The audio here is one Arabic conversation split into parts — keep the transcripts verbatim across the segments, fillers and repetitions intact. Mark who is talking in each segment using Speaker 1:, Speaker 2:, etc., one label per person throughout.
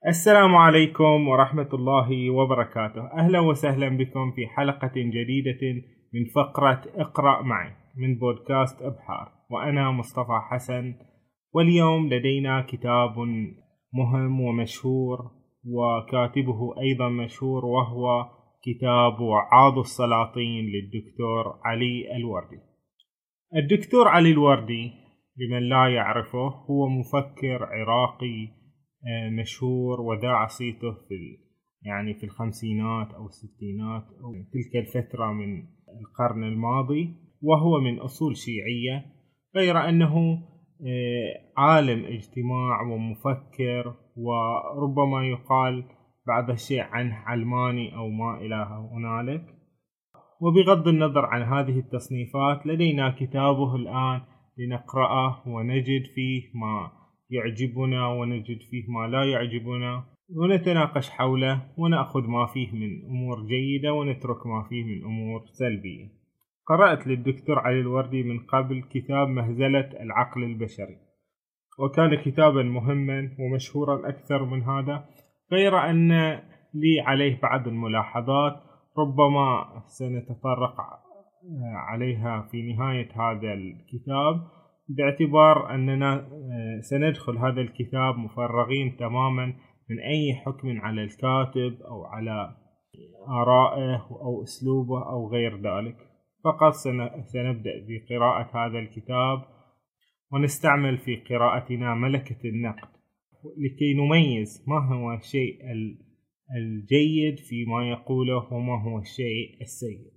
Speaker 1: السلام عليكم ورحمة الله وبركاته. أهلا وسهلا بكم في حلقة جديدة من فقرة اقرأ معي من بودكاست أبحار، وأنا مصطفى حسن. واليوم لدينا كتاب مهم ومشهور وكاتبه أيضا مشهور، وهو كتاب وعاظ السلاطين للدكتور علي الوردي. الدكتور علي الوردي لمن لا يعرفه هو مفكر عراقي مشهور وذاع صيته في يعني في الخمسينات أو الستينات أو تلك الفترة من القرن الماضي، وهو من أصول شيعية، غير أنه عالم اجتماع ومفكر، وربما يقال بعض الشيء عنه علماني أو ما إلى هنالك. وبغض النظر عن هذه التصنيفات، لدينا كتابه الآن لنقرأه ونجد فيه ما يعجبنا ونجد فيه ما لا يعجبنا، ونتناقش حوله ونأخذ ما فيه من أمور جيدة ونترك ما فيه من أمور سلبية. قرأت للدكتور علي الوردي من قبل كتاب مهزلة العقل البشري، وكان كتابا مهما ومشهورا أكثر من هذا، غير أن لي عليه بعض الملاحظات ربما سنتطرق عليها في نهاية هذا الكتاب، باعتبار أننا سندخل هذا الكتاب مفرغين تماما من أي حكم على الكاتب أو على آرائه أو أسلوبه أو غير ذلك. فقط سنبدأ بقراءة هذا الكتاب، ونستعمل في قراءتنا ملكة النقد لكي نميز ما هو الشيء الجيد فيما يقوله وما هو الشيء السيء.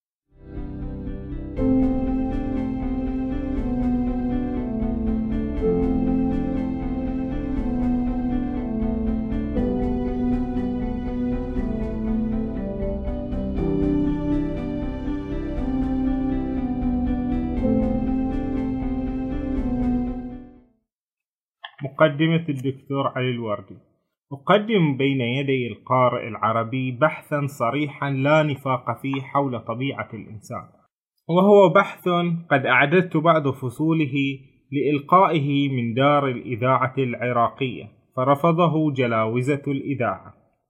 Speaker 1: مقدمة الدكتور علي الوردي. أقدم بين يدي القارئ العربي بحثا صريحا لا نفاق فيه حول طبيعة الإنسان، وهو بحث قد أعددت بعض فصوله لإلقائه من دار الإذاعة العراقية، فرفضه جلاوزة الإذاعة.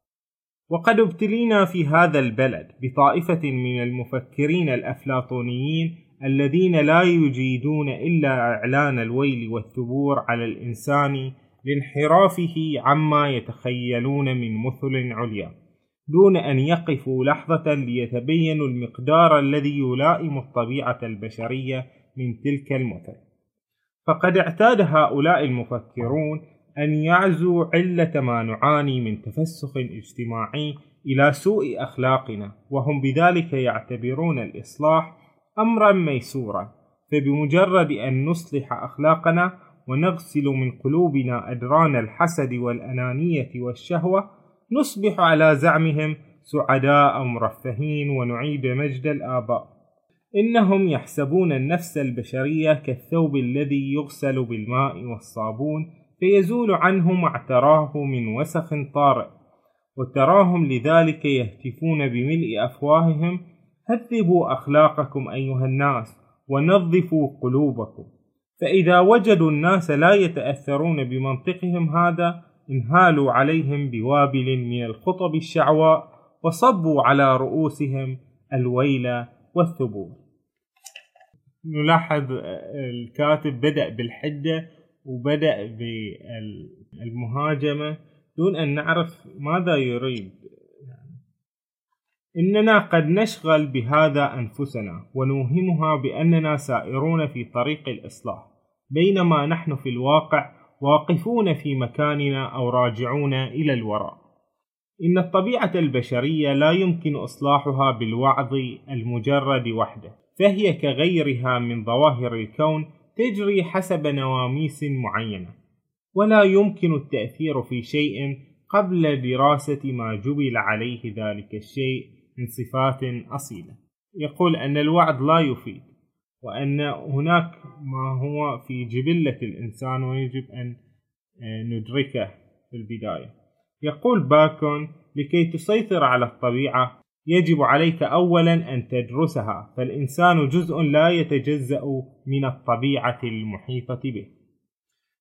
Speaker 1: وقد ابتلينا في هذا البلد بطائفة من المفكرين الأفلاطونيين الذين لا يجيدون إلا إعلان الويل والثبور على الإنسان لانحرافه عما يتخيلون من مثل عليا، دون أن يقفوا لحظة ليتبينوا المقدار الذي يلائم الطبيعة البشرية من تلك المثل. فقد اعتاد هؤلاء المفكرون أن يعزوا علة ما نعاني من تفسخ اجتماعي إلى سوء أخلاقنا، وهم بذلك يعتبرون الإصلاح أمرا ميسورا، فبمجرد أن نصلح أخلاقنا ونغسل من قلوبنا أدران الحسد والأنانية والشهوة، نصبح على زعمهم سعداء مرفهين ونعيد مجد الآباء. إنهم يحسبون النفس البشرية كالثوب الذي يغسل بالماء والصابون فيزول عنه ما اعتراه من وسخ طارئ، وتراهم لذلك يهتفون بملء أفواههم: هذبوا أخلاقكم أيها الناس ونظفوا قلوبكم. فإذا وجدوا الناس لا يتأثرون بمنطقهم هذا، انهالوا عليهم بوابل من الخطب الشعواء وصبوا على رؤوسهم الويل والثبور. نلاحظ الكاتب بدأ بالحدة وبدأ بالمهاجمة دون أن نعرف ماذا يريد. إننا قد نشغل بهذا أنفسنا ونوهمها بأننا سائرون في طريق الإصلاح، بينما نحن في الواقع واقفون في مكاننا أو راجعون إلى الوراء. إن الطبيعة البشرية لا يمكن إصلاحها بالوعظ المجرد وحده، فهي كغيرها من ظواهر الكون تجري حسب نواميس معينة، ولا يمكن التأثير في شيء قبل دراسة ما جبل عليه ذلك الشيء من صفات أصيلة. يقول أن الوعظ لا يفيد، وأن هناك ما هو في جبلة الإنسان ويجب أن ندركه في البداية. يقول باكون: لكي تسيطر على الطبيعة يجب عليك أولا أن تدرسها، فالإنسان جزء لا يتجزأ من الطبيعة المحيطة به.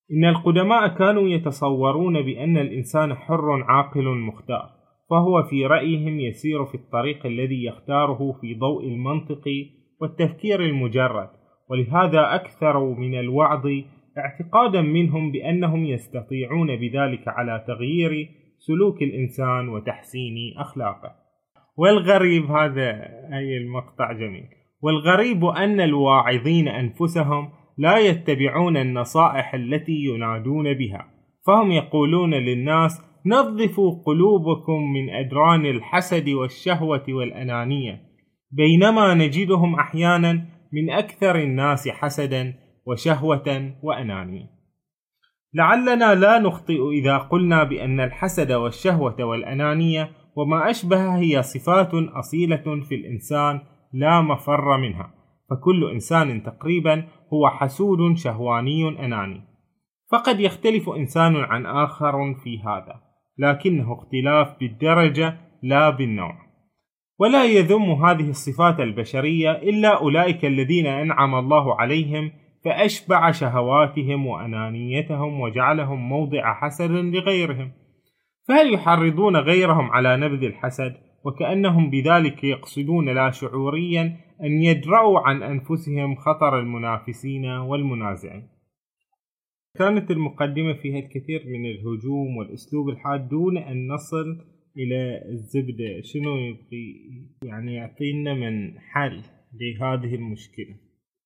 Speaker 1: إن القدماء كانوا يتصورون بأن الإنسان حر عاقل مختار، فهو في رأيهم يسير في الطريق الذي يختاره في ضوء المنطق والتفكير المجرد، ولهذا أكثروا من الوعظ اعتقادا منهم بأنهم يستطيعون بذلك على تغيير سلوك الإنسان وتحسين أخلاقه. والغريب، هذا أي المقطع جميل، والغريب أن الواعظين أنفسهم لا يتبعون النصائح التي ينادون بها، فهم يقولون للناس: نظفوا قلوبكم من أدران الحسد والشهوة والأنانية، بينما نجدهم أحيانا من أكثر الناس حسدا وشهوة وأنانية. لعلنا لا نخطئ إذا قلنا بأن الحسد والشهوة والأنانية وما أشبه هي صفات أصيلة في الإنسان لا مفر منها، فكل إنسان تقريبا هو حسود شهواني أناني، فقد يختلف إنسان عن آخر في هذا، لكنه اختلاف بالدرجة لا بالنوع. ولا يذم هذه الصفات البشرية إلا أولئك الذين أنعم الله عليهم فأشبع شهواتهم وأنانيتهم وجعلهم موضع حسد لغيرهم، فهل يحرضون غيرهم على نبذ الحسد، وكأنهم بذلك يقصدون لا شعوريا أن يدرأوا عن أنفسهم خطر المنافسين والمنازعين. كانت المقدمة فيها الكثير من الهجوم والأسلوب الحاد دون أن نصل إلى الزبدة، شنو يبغي يعني يعطينا من حل لهذه المشكلة.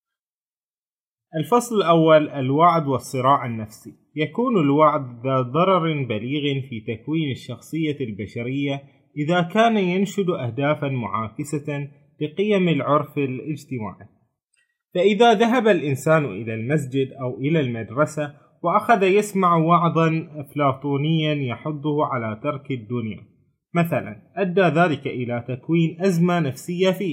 Speaker 1: الفصل الأول: الوعد والصراع النفسي. يكون الوعد ذا ضرر بليغ في تكوين الشخصية البشرية إذا كان ينشد أهدافا معاكسة لقيم العرف الاجتماعي، فإذا ذهب الإنسان إلى المسجد أو إلى المدرسة وأخذ يسمع وعظا أفلاطونيا يحضه على ترك الدنيا مثلا، أدى ذلك إلى تكوين أزمة نفسية فيه،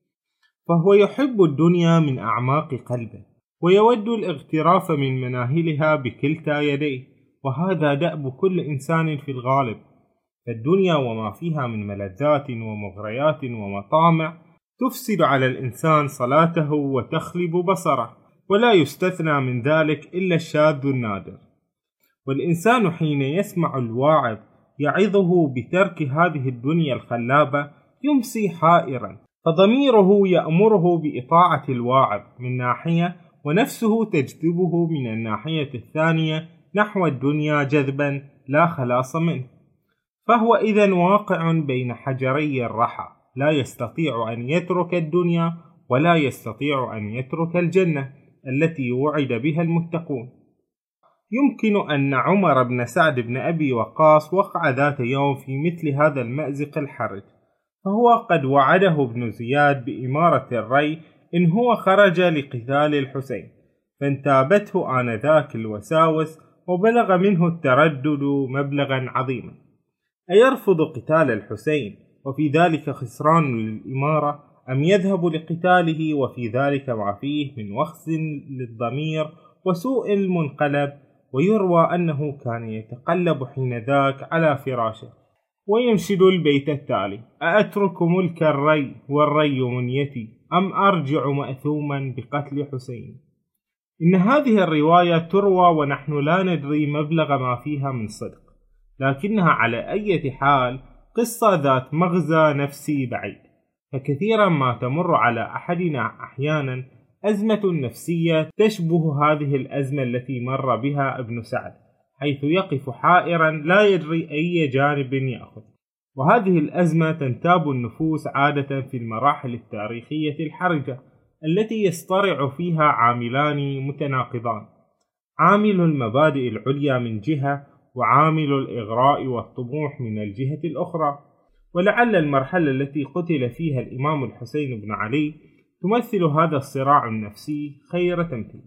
Speaker 1: فهو يحب الدنيا من أعماق قلبه ويود الاغتراف من مناهلها بكلتا يديه، وهذا دأب كل إنسان في الغالب. فالدنيا وما فيها من ملذات ومغريات ومطامع تفسد على الإنسان صلاته وتخلب بصره، ولا يستثنى من ذلك إلا الشاذ النادر. والإنسان حين يسمع الواعظ يعظه بترك هذه الدنيا الخلابة يمسي حائرا، فضميره يأمره بإطاعة الواعظ من ناحية، ونفسه تجذبه من الناحية الثانية نحو الدنيا جذبا لا خلاص منه، فهو إذن واقع بين حجري الرحى، لا يستطيع أن يترك الدنيا ولا يستطيع أن يترك الجنة التي وعد بها المتقون. يمكن أن عمر بن سعد بن أبي وقاص وقع ذات يوم في مثل هذا المأزق الحرج، فهو قد وعده ابن زياد بإمارة الري إن هو خرج لقتال الحسين، فانتابته آنذاك الوساوس وبلغ منه التردد مبلغا عظيما، أيرفض قتال الحسين وفي ذلك خسران للإمارة، أم يذهب لقتاله وفي ذلك ما فيه من وخز للضمير وسوء المنقلب؟ ويروى أنه كان يتقلب حين ذاك على فراشه وينشد البيت التالي: أأترك ملك الري والري منيتي، أم أرجع مأثوما بقتل حسين؟ إن هذه الرواية تروى ونحن لا ندري مبلغ ما فيها من صدق، لكنها على أي حال قصة ذات مغزى نفسي بعيد، فكثيرا ما تمر على أحدنا أحيانا أزمة نفسية تشبه هذه الأزمة التي مر بها ابن سعد، حيث يقف حائرا لا يدري أي جانب يأخذ. وهذه الأزمة تنتاب النفوس عادة في المراحل التاريخية الحرجة التي يصطرع فيها عاملان متناقضان: عامل المبادئ العليا من جهة، وعامل الإغراء والطموح من الجهة الأخرى. ولعل المرحلة التي قتل فيها الإمام الحسين بن علي تمثل هذا الصراع النفسي خير تمثيل.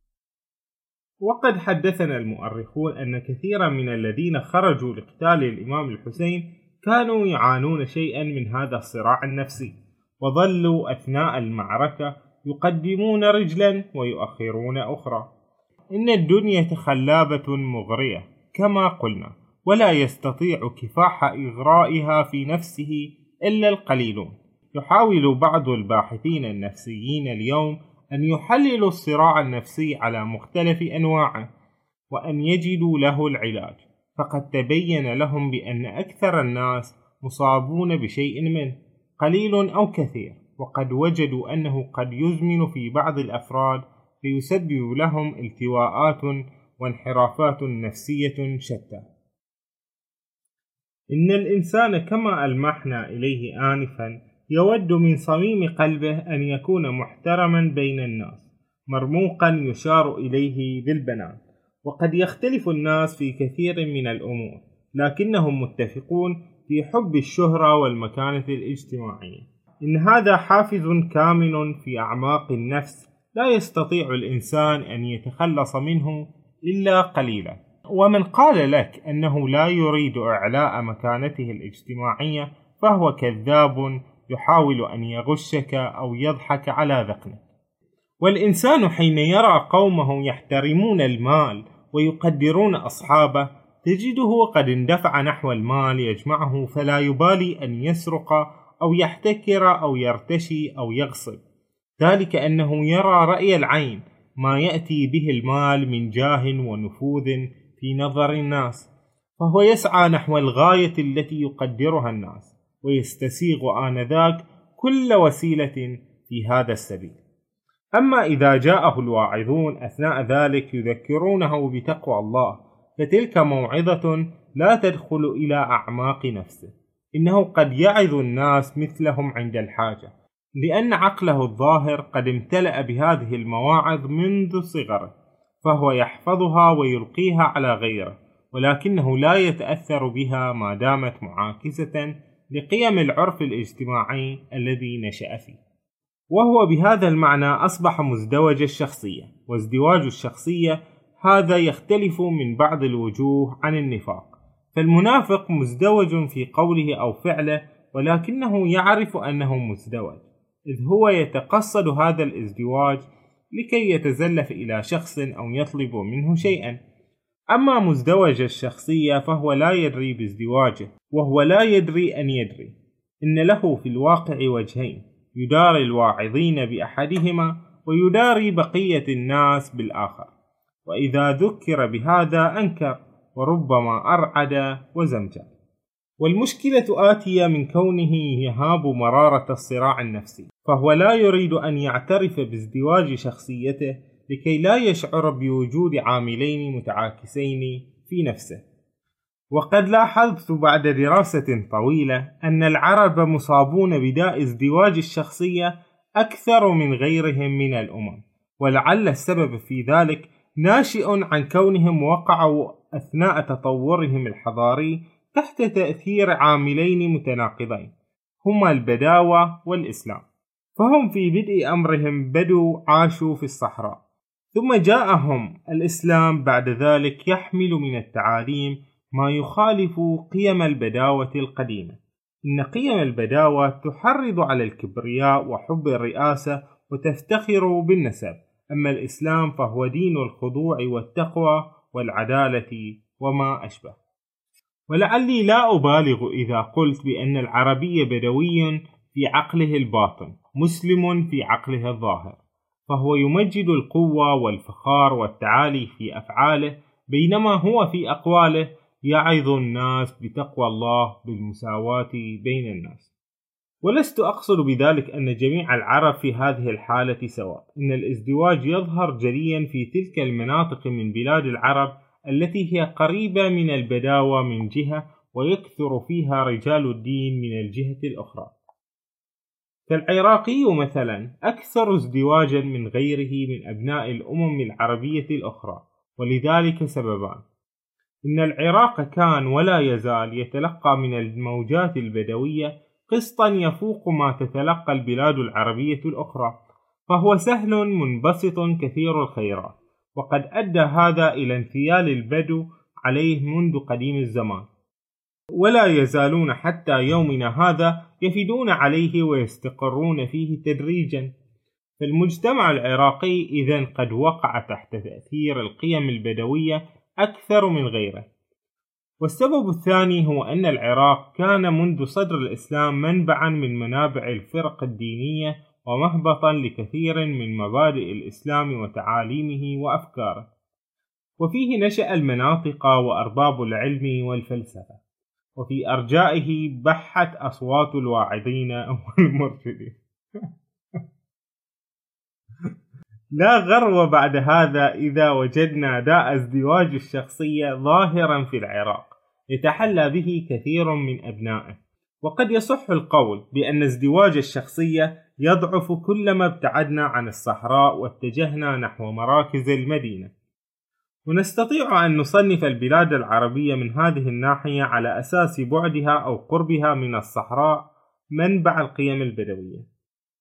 Speaker 1: وقد حدثنا المؤرخون أن كثيرا من الذين خرجوا لقتال الإمام الحسين كانوا يعانون شيئا من هذا الصراع النفسي، وظلوا أثناء المعركة يقدمون رجلا ويؤخرون أخرى. إن الدنيا خلابة مغرية كما قلنا، ولا يستطيع كفاح إغرائها في نفسه إلا القليلون. يحاول بعض الباحثين النفسيين اليوم أن يحللوا الصراع النفسي على مختلف أنواعه، وأن يجدوا له العلاج، فقد تبين لهم بأن أكثر الناس مصابون بشيء منه قليل أو كثير، وقد وجدوا أنه قد يزمن في بعض الأفراد فيسبب لهم التواءات وانحرافات نفسية شتى. إن الإنسان كما ألمحنا إليه آنفا يود من صميم قلبه أن يكون محترما بين الناس، مرموقا يشار إليه بالبنان، وقد يختلف الناس في كثير من الأمور، لكنهم متفقون في حب الشهرة والمكانة الاجتماعية. إن هذا حافز كامن في أعماق النفس لا يستطيع الإنسان أن يتخلص منه إلا قليلا. ومن قال لك أنه لا يريد إعلاء مكانته الاجتماعية فهو كذاب يحاول أن يغشك أو يضحك على ذقنك. والإنسان حين يرى قومه يحترمون المال ويقدرون أصحابه تجده قد اندفع نحو المال يجمعه، فلا يبالي أن يسرق أو يحتكر أو يرتشي أو يغصب، ذلك أنه يرى رأي العين ما يأتي به المال من جاه ونفوذ في نظر الناس، فهو يسعى نحو الغاية التي يقدرها الناس، ويستسيغ آنذاك كل وسيلة في هذا السبيل. أما إذا جاءه الواعظون أثناء ذلك يذكرونه بتقوى الله، فتلك موعظة لا تدخل إلى أعماق نفسه، إنه قد يعظ الناس مثلهم عند الحاجة، لأن عقله الظاهر قد امتلأ بهذه المواعظ منذ صغره، فهو يحفظها ويلقيها على غيره، ولكنه لا يتأثر بها ما دامت معاكسة لقيم العرف الاجتماعي الذي نشأ فيه. وهو بهذا المعنى أصبح مزدوج الشخصية، وازدواج الشخصية هذا يختلف من بعض الوجوه عن النفاق، فالمنافق مزدوج في قوله أو فعله ولكنه يعرف أنه مزدوج، إذ هو يتقصد هذا الازدواج لكي يتزلف إلى شخص أو يطلب منه شيئا. أما مزدوج الشخصية فهو لا يدري بازدواجه، وهو لا يدري أن يدري، إن له في الواقع وجهين، يداري الواعظين بأحدهما ويداري بقية الناس بالآخر، وإذا ذكر بهذا أنكر وربما أرعد وزمجر. والمشكلة آتية من كونه يهاب مرارة الصراع النفسي، فهو لا يريد أن يعترف بازدواج شخصيته لكي لا يشعر بوجود عاملين متعاكسين في نفسه. وقد لاحظت بعد دراسة طويلة أن العرب مصابون بداء ازدواج الشخصية أكثر من غيرهم من الأمم، ولعل السبب في ذلك ناشئ عن كونهم وقعوا أثناء تطورهم الحضاري تحت تأثير عاملين متناقضين هما البداوة والإسلام، فهم في بدء أمرهم بدو عاشوا في الصحراء، ثم جاءهم الإسلام بعد ذلك يحمل من التعاليم ما يخالف قيم البداوة القديمة. إن قيم البداوة تحرض على الكبرياء وحب الرئاسة وتفتخر بالنسب، أما الإسلام فهو دين الخضوع والتقوى والعدالة وما أشبه. ولعلي لا أبالغ إذا قلت بأن العربي بدوي في عقله الباطن، مسلم في عقله الظاهر، فهو يمجد القوة والفخار والتعالي في أفعاله، بينما هو في أقواله يعظ الناس بتقوى الله بالمساواة بين الناس. ولست أقصد بذلك أن جميع العرب في هذه الحالة سواء، إن الازدواج يظهر جليا في تلك المناطق من بلاد العرب التي هي قريبة من البداوة من جهة، ويكثر فيها رجال الدين من الجهة الأخرى. فالعراقي مثلا أكثر ازدواجا من غيره من أبناء الأمم العربية الأخرى، ولذلك سببان: إن العراق كان ولا يزال يتلقى من الموجات البدوية قسطا يفوق ما تتلقى البلاد العربية الأخرى، فهو سهل منبسط كثير الخيرات، وقد أدى هذا إلى انثيال البدو عليه منذ قديم الزمان، ولا يزالون حتى يومنا هذا يفدون عليه ويستقرون فيه تدريجا. فالمجتمع العراقي إذن قد وقع تحت تأثير القيم البدوية أكثر من غيره. والسبب الثاني هو أن العراق كان منذ صدر الإسلام منبعا من منابع الفرق الدينية ومهبطا لكثير من مبادئ الإسلام وتعاليمه وأفكاره، وفيه نشأ المناطق وأرباب العلم والفلسفة، وفي أرجائه بحت أصوات الواعظين والمرشدين. لا غرو بعد هذا إذا وجدنا داء ازدواج الشخصية ظاهرا في العراق يتحلى به كثير من أبنائه. وقد يصح القول بأن ازدواج الشخصية يضعف كلما ابتعدنا عن الصحراء واتجهنا نحو مراكز المدينة. ونستطيع أن نصنف البلاد العربية من هذه الناحية على أساس بعدها أو قربها من الصحراء منبع القيم البدوية.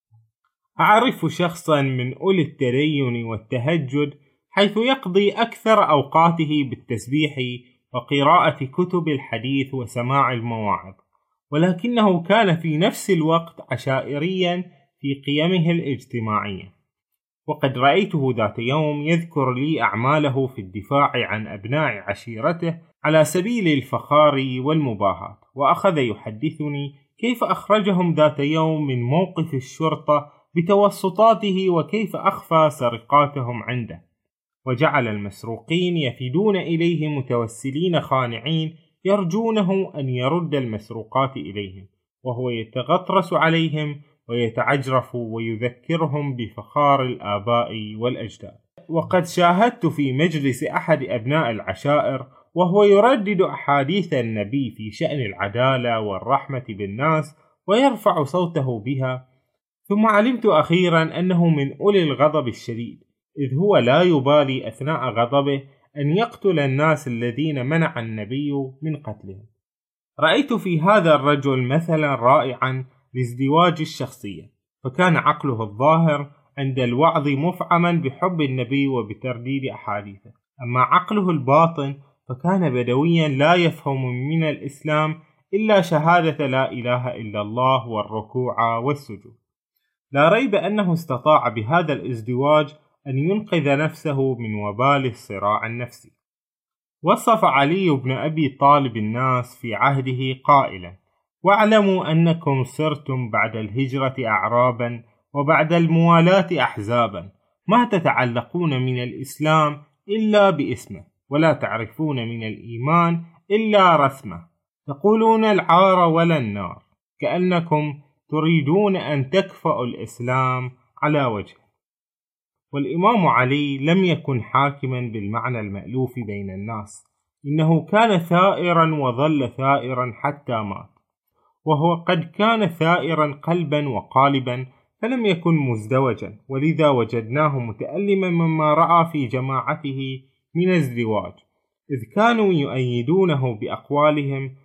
Speaker 1: أعرف شخصا من أولي التدين والتهجد حيث يقضي أكثر أوقاته بالتسبيح وقراءة كتب الحديث وسماع المواعظ، ولكنه كان في نفس الوقت عشائريا في قيمه الاجتماعية. وقد رأيته ذات يوم يذكر لي أعماله في الدفاع عن أبناء عشيرته على سبيل الفخار والمباهاة، وأخذ يحدثني كيف أخرجهم ذات يوم من موقف الشرطة بتوسطاته وكيف أخفى سرقاتهم عنده، وجعل المسروقين يفدون إليه متوسلين خانعين يرجونه أن يرد المسروقات إليهم، وهو يتغطرس عليهم ويتعجرف ويذكرهم بفخار الآباء والأجداد. وقد شاهدت في مجلس أحد أبناء العشائر وهو يردد أحاديث النبي في شأن العدالة والرحمة بالناس ويرفع صوته بها، ثم علمت أخيرا أنه من أولي الغضب الشديد، إذ هو لا يبالي أثناء غضبه أن يقتل الناس الذين منع النبي من قتلهم. رأيت في هذا الرجل مثلا رائعا لازدواج الشخصية، فكان عقله الظاهر عند الوعظ مفعما بحب النبي وبترديد أحاديثه، أما عقله الباطن فكان بدويا لا يفهم من الإسلام إلا شهادة لا إله إلا الله والركوع والسجود. لا ريب أنه استطاع بهذا الازدواج أن ينقذ نفسه من وبال الصراع النفسي. وصف علي بن أبي طالب الناس في عهده قائلا: واعلموا أنكم صرتم بعد الهجرة أعرابا وبعد الموالاة أحزابا، ما تتعلقون من الإسلام إلا باسمه، ولا تعرفون من الإيمان إلا رسمه، تقولون العار ولا النار، كأنكم تريدون أن تكفأوا الإسلام على وجه. والإمام علي لم يكن حاكما بالمعنى المألوف بين الناس، إنه كان ثائرا وظل ثائرا حتى مات، وهو قد كان ثائرا قلبا وقالبا، فلم يكن مزدوجا، ولذا وجدناه متألما مما رأى في جماعته من ازدواج، إذ كانوا يؤيدونه بأقوالهم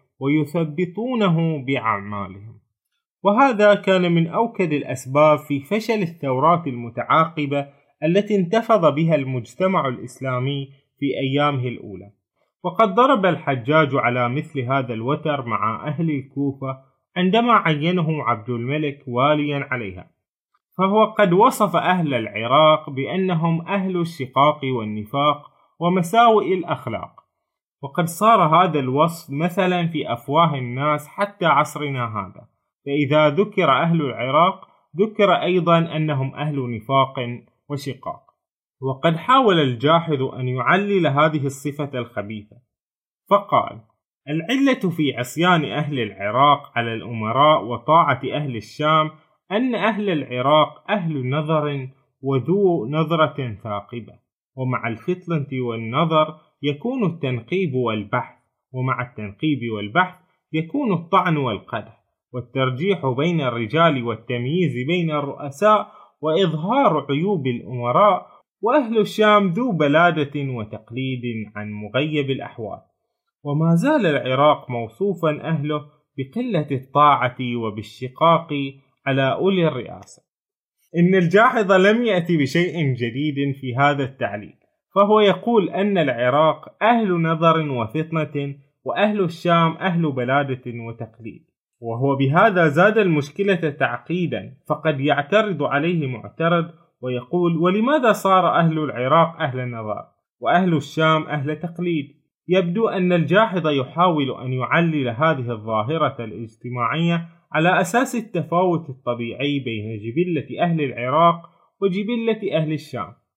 Speaker 1: ويثبطونه بأعمالهم. وهذا كان من أوكد الأسباب في فشل الثورات المتعاقبة التي انتفض بها المجتمع الإسلامي في أيامه الأولى. وقد ضرب الحجاج على مثل هذا الوتر مع أهل الكوفة عندما عينه عبد الملك واليا عليها، فهو قد وصف أهل العراق بأنهم أهل الشقاق والنفاق ومساوئ الأخلاق، وقد صار هذا الوصف مثلا في أفواه الناس حتى عصرنا هذا، فإذا ذكر أهل العراق ذكر أيضا أنهم أهل نفاق وشقاق. وقد حاول الجاحظ أن يعلل هذه الصفة الخبيثة، فقال: العلة في عصيان أهل العراق على الأمراء وطاعة أهل الشام أن أهل العراق أهل نظر وذو نظرة ثاقبة، ومع الفطنة والنظر يكون التنقيب والبحث، ومع التنقيب والبحث يكون الطعن والقدح، والترجيح بين الرجال والتمييز بين الرؤساء وإظهار عيوب الأمراء، وأهل الشام ذو بلادة وتقليد عن مغيب الأحوال. وما زال العراق موصوفا أهله بقلة الطاعة وبالشقاق على أولي الرئاسة. إن الجاحظ لم يأتي بشيء جديد في هذا التعليل، فهو يقول أن العراق أهل نظر وفطنة، وأهل الشام أهل بلادة وتقليد، وهو بهذا زاد المشكلة تعقيدا، فقد يعترض عليه معترض ويقول: ولماذا صار أهل العراق أهل نظر وأهل الشام أهل تقليد؟ يبدو أن الجاحظ يحاول أن يعلل هذه الظاهرة الاجتماعية على أساس التفاوت الطبيعي بين جبلة أهل العراق وجبلة أهل الشام،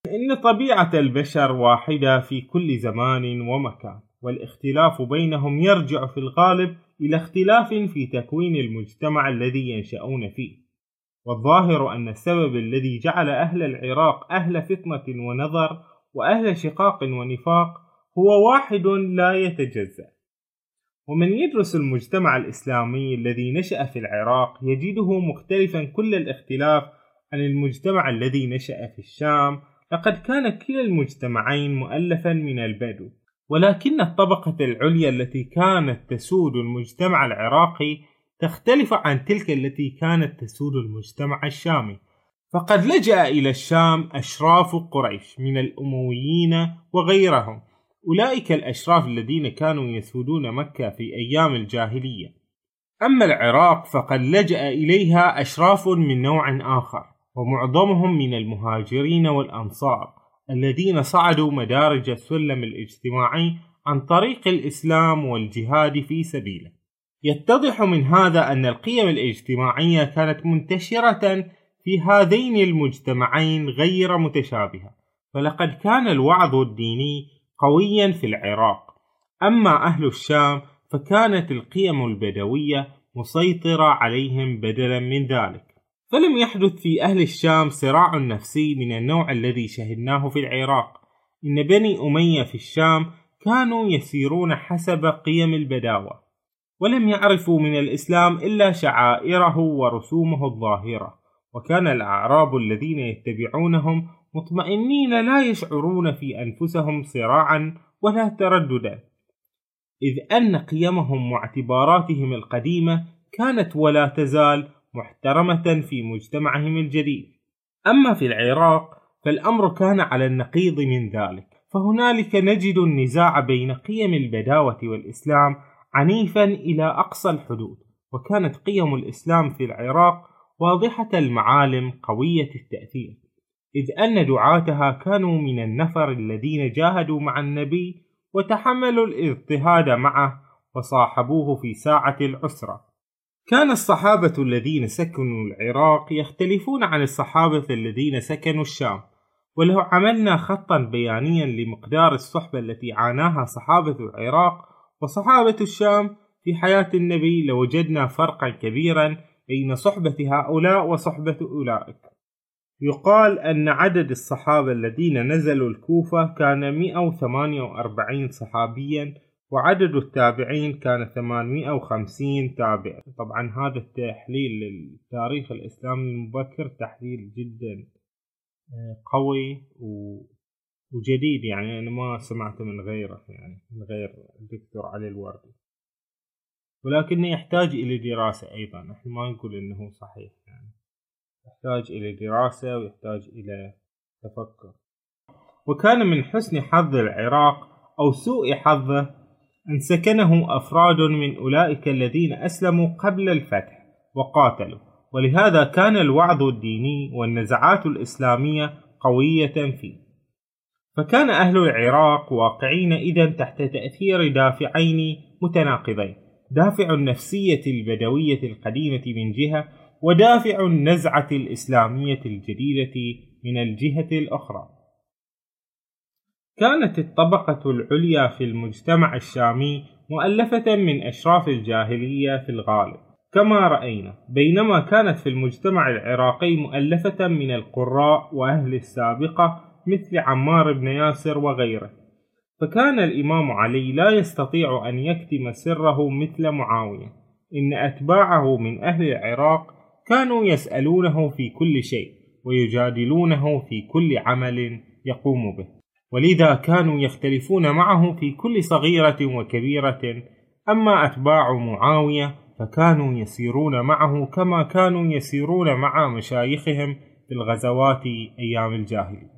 Speaker 1: إن طبيعة البشر واحدة في كل زمان ومكان، والاختلاف بينهم يرجع في الغالب إلى اختلاف في تكوين المجتمع الذي ينشأون فيه. والظاهر أن السبب الذي جعل أهل العراق أهل فتنة ونظر وأهل شقاق ونفاق هو واحد لا يتجزأ. ومن يدرس المجتمع الإسلامي الذي نشأ في العراق يجده مختلفا كل الاختلاف عن المجتمع الذي نشأ في الشام. لقد كان كلا المجتمعين مؤلفا من البدو، ولكن الطبقة العليا التي كانت تسود المجتمع العراقي تختلف عن تلك التي كانت تسود المجتمع الشامي. فقد لجأ إلى الشام أشراف قريش من الأمويين وغيرهم، أولئك الأشراف الذين كانوا يسودون مكة في أيام الجاهلية. أما العراق فقد لجأ إليها أشراف من نوع آخر، ومعظمهم من المهاجرين والأنصار الذين صعدوا مدارج السلم الاجتماعي عن طريق الإسلام والجهاد في سبيله. يتضح من هذا أن القيم الاجتماعية كانت منتشرة في هذين المجتمعين غير متشابهة، فلقد كان الوعظ الديني قويا في العراق. أما أهل الشام فكانت القيم البدوية مسيطرة عليهم بدلا من ذلك. فلم يحدث في أهل الشام صراع نفسي من النوع الذي شهدناه في العراق. إن بني أمية في الشام كانوا يسيرون حسب قيم البداوة، ولم يعرفوا من الإسلام إلا شعائره ورسومه الظاهرة، وكان الأعراب الذين يتبعونهم مطمئنين لا يشعرون في أنفسهم صراعا ولا ترددا، إذ أن قيمهم واعتباراتهم القديمة كانت ولا تزال محترمة في مجتمعهم الجديد. أما في العراق فالأمر كان على النقيض من ذلك، فهنالك نجد النزاع بين قيم البداوة والإسلام عنيفا إلى أقصى الحدود، وكانت قيم الإسلام في العراق واضحة المعالم قوية التأثير، إذ أن دعاتها كانوا من النفر الذين جاهدوا مع النبي وتحملوا الاضطهاد معه وصاحبوه في ساعة العسرة. كان الصحابة الذين سكنوا العراق يختلفون عن الصحابة الذين سكنوا الشام، ولو عملنا خطا بيانيا لمقدار الصحبة التي عاناها صحابة العراق وصحابة الشام في حياة النبي لوجدنا فرقا كبيرا بين صحبة هؤلاء وصحبة أولئك. يقال أن عدد الصحابة الذين نزلوا الكوفة كان مئة وثمانية وأربعين صحابيا، وعدد التابعين كان ثمانمئة وخمسين تابع. طبعا هذا التحليل للتاريخ الإسلامي المبكر تحليل جدا قوي وجديد، يعني أنا ما سمعته من غيره، يعني من غير الدكتور علي الوردي، ولكنه يحتاج إلى دراسة أيضا. نحن ما نقول أنه صحيح، يعني يحتاج إلى دراسة ويحتاج إلى تفكر. وكان من حسن حظ العراق أو سوء حظه أن سكنه أفراد من أولئك الذين أسلموا قبل الفتح وقاتلوا، ولهذا كان الوعظ الديني والنزعات الإسلامية قوية فيه. فكان أهل العراق واقعين إذن تحت تأثير دافعين متناقضين: دافع النفسية البدوية القديمة من جهة، ودافع النزعة الإسلامية الجديدة من الجهة الأخرى. كانت الطبقة العليا في المجتمع الشامي مؤلفة من أشراف الجاهلية في الغالب كما رأينا، بينما كانت في المجتمع العراقي مؤلفة من القراء وأهل السابقة مثل عمار بن ياسر وغيره. فكان الإمام علي لا يستطيع أن يكتم سره مثل معاوية. إن أتباعه من أهل العراق كانوا يسألونه في كل شيء ويجادلونه في كل عمل يقوم به، ولذا كانوا يختلفون معه في كل صغيرة وكبيرة. أما أتباع معاوية فكانوا يسيرون معه كما كانوا يسيرون مع مشايخهم في الغزوات أيام الجاهلية.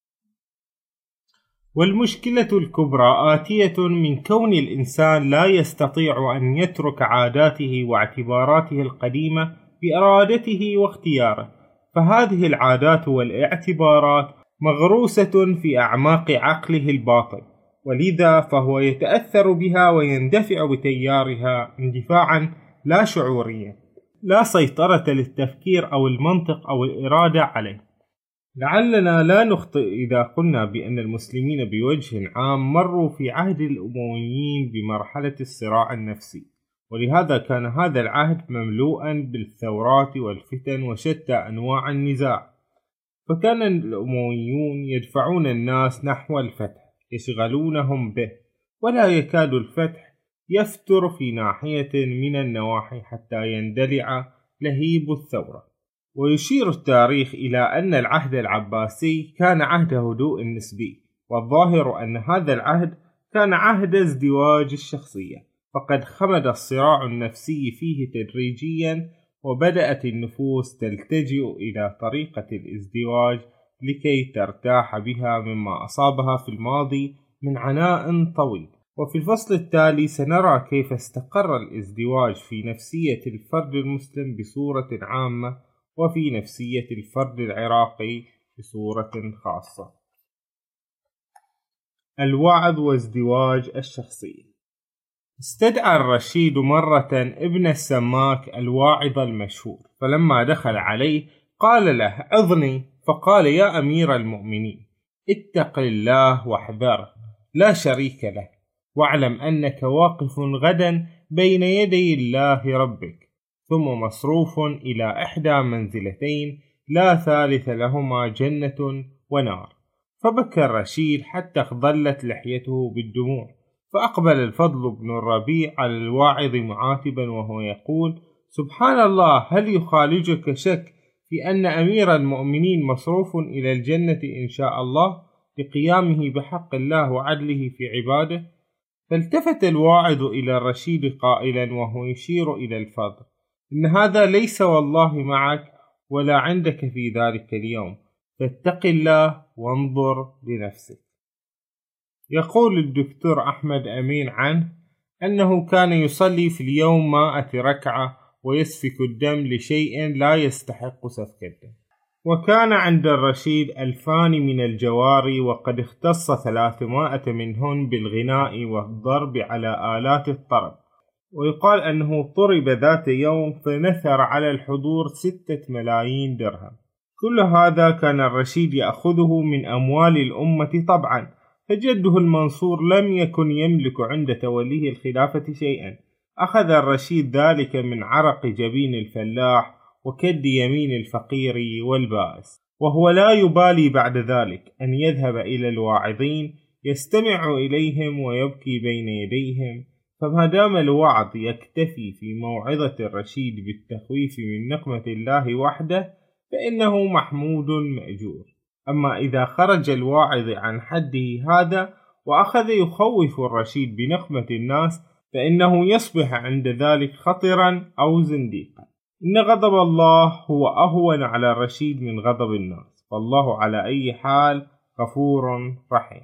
Speaker 1: والمشكلة الكبرى آتية من كون الإنسان لا يستطيع أن يترك عاداته واعتباراته القديمة بإرادته واختياره، فهذه العادات والاعتبارات مغروسة في أعماق عقله الباطن، ولذا فهو يتأثر بها ويندفع بتيارها اندفاعا لا شعوريا، لا سيطرة للتفكير أو المنطق أو الإرادة عليه. لعلنا لا نخطئ إذا قلنا بأن المسلمين بوجه عام مروا في عهد الأمويين بمرحلة الصراع النفسي، ولهذا كان هذا العهد مملوءا بالثورات والفتن وشتى أنواع النزاع. فكان الأمويون يدفعون الناس نحو الفتح، يشغلونهم به، ولا يكاد الفتح يفتر في ناحية من النواحي حتى يندلع لهيب الثورة. ويشير التاريخ إلى أن العهد العباسي كان عهد هدوء نسبي، والظاهر أن هذا العهد كان عهد ازدواج الشخصية، فقد خمد الصراع النفسي فيه تدريجيا، وبدأت النفوس تلتجئ إلى طريقة الازدواج لكي ترتاح بها مما أصابها في الماضي من عناء طويل. وفي الفصل التالي سنرى كيف استقر الازدواج في نفسية الفرد المسلم بصورة عامة، وفي نفسية الفرد العراقي بصورة خاصة. الوعظ وازدواج الشخصية. استدعى الرشيد مرة ابن السماك الواعظ المشهور، فلما دخل عليه قال له: عظني. فقال: يا أمير المؤمنين، اتق الله واحذره، لا شريك له، واعلم أنك واقف غدا بين يدي الله ربك، ثم مصروف إلى إحدى منزلتين لا ثالث لهما، جنة ونار. فبكى الرشيد حتى اخضلت لحيته بالدموع، فأقبل الفضل بن الربيع على الواعظ معاتبا وهو يقول: سبحان الله، هل يخالجك شك في أن أمير المؤمنين مصروف إلى الجنة إن شاء الله لقيامه بحق الله وعدله في عباده؟ فالتفت الواعظ إلى الرشيد قائلا وهو يشير إلى الفضل: إن هذا ليس والله معك ولا عندك في ذلك اليوم، فاتق الله وانظر لنفسك. يقول الدكتور أحمد أمين عنه أنه كان يصلي في اليوم مائة ركعة ويسفك الدم لشيء لا يستحق سفك الدم. وكان عند الرشيد ألفان من الجواري، وقد اختص ثلاثمائة منهن بالغناء والضرب على آلات الطرب. ويقال أنه طرب ذات يوم فنثر على الحضور ستة ملايين درهم. كل هذا كان الرشيد يأخذه من أموال الأمة طبعا، فجده المنصور لم يكن يملك عند توليه الخلافة شيئا. أخذ الرشيد ذلك من عرق جبين الفلاح وكد يمين الفقير والبائس، وهو لا يبالي بعد ذلك أن يذهب إلى الواعظين يستمع إليهم ويبكي بين يديهم. فما دام الوعظ يكتفي في موعظة الرشيد بالتخويف من نقمة الله وحده فإنه محمود مأجور. أما إذا خرج الواعظ عن حده هذا وأخذ يخوف الرشيد بنقمة الناس فإنه يصبح عند ذلك خطرا أو زنديقا. إن غضب الله هو أهون على الرشيد من غضب الناس، فالله على أي حال غفور رحيم.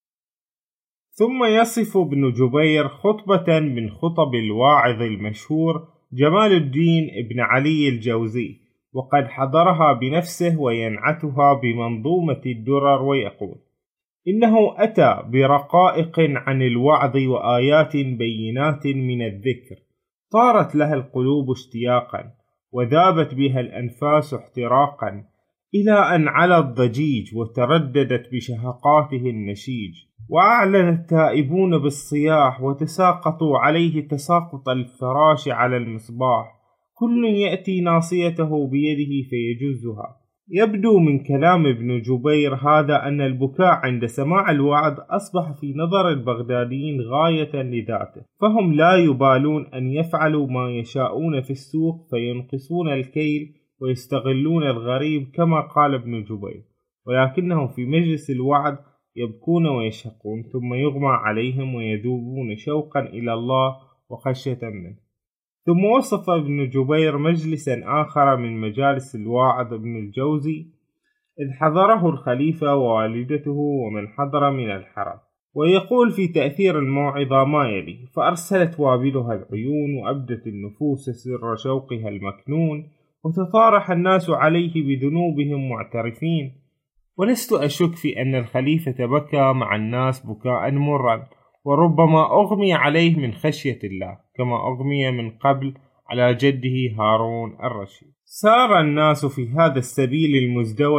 Speaker 1: ثم يصف ابن جبير خطبة من خطب الواعظ المشهور جمال الدين ابن علي الجوزي، وقد حضرها بنفسه وينعتها بمنظومة الدرر، ويقول: إنه أتى برقائق عن الوعظ وآيات بينات من الذكر، طارت لها القلوب اشتياقا، وذابت بها الأنفاس احتراقا، إلى أن علا الضجيج وترددت بشهقاته النشيج، وأعلن التائبون بالصياح وتساقطوا عليه تساقط الفراش على المصباح، كل يأتي ناصيته بيده فيجزها. يبدو من كلام ابن جبير هذا أن البكاء عند سماع الوعظ أصبح في نظر البغداديين غاية لذاته، فهم لا يبالون أن يفعلوا ما يشاءون في السوق فينقصون الكيل ويستغلون الغريب كما قال ابن جبير، ولكنهم في مجلس الوعظ يبكون ويشهقون، ثم يغمى عليهم ويذوبون شوقا إلى الله وخشية منه. ثم وصف ابن جبير مجلسا آخر من مجالس الواعظ ابن الجوزي إذ حضره الخليفة ووالدته ومن حضر من الحرم، ويقول في تأثير الموعظة ما يلي: فأرسلت وابلها العيون وأبدت النفوس سر شوقها المكنون، وتطارح الناس عليه بذنوبهم معترفين. ولست أشك في أن الخليفة بكى مع الناس بكاء مرا، وربما أغمي عليه من خشية الله كما أغمي من قبل على جده هارون الرشيد. سار الناس في هذا السبيل المزدوج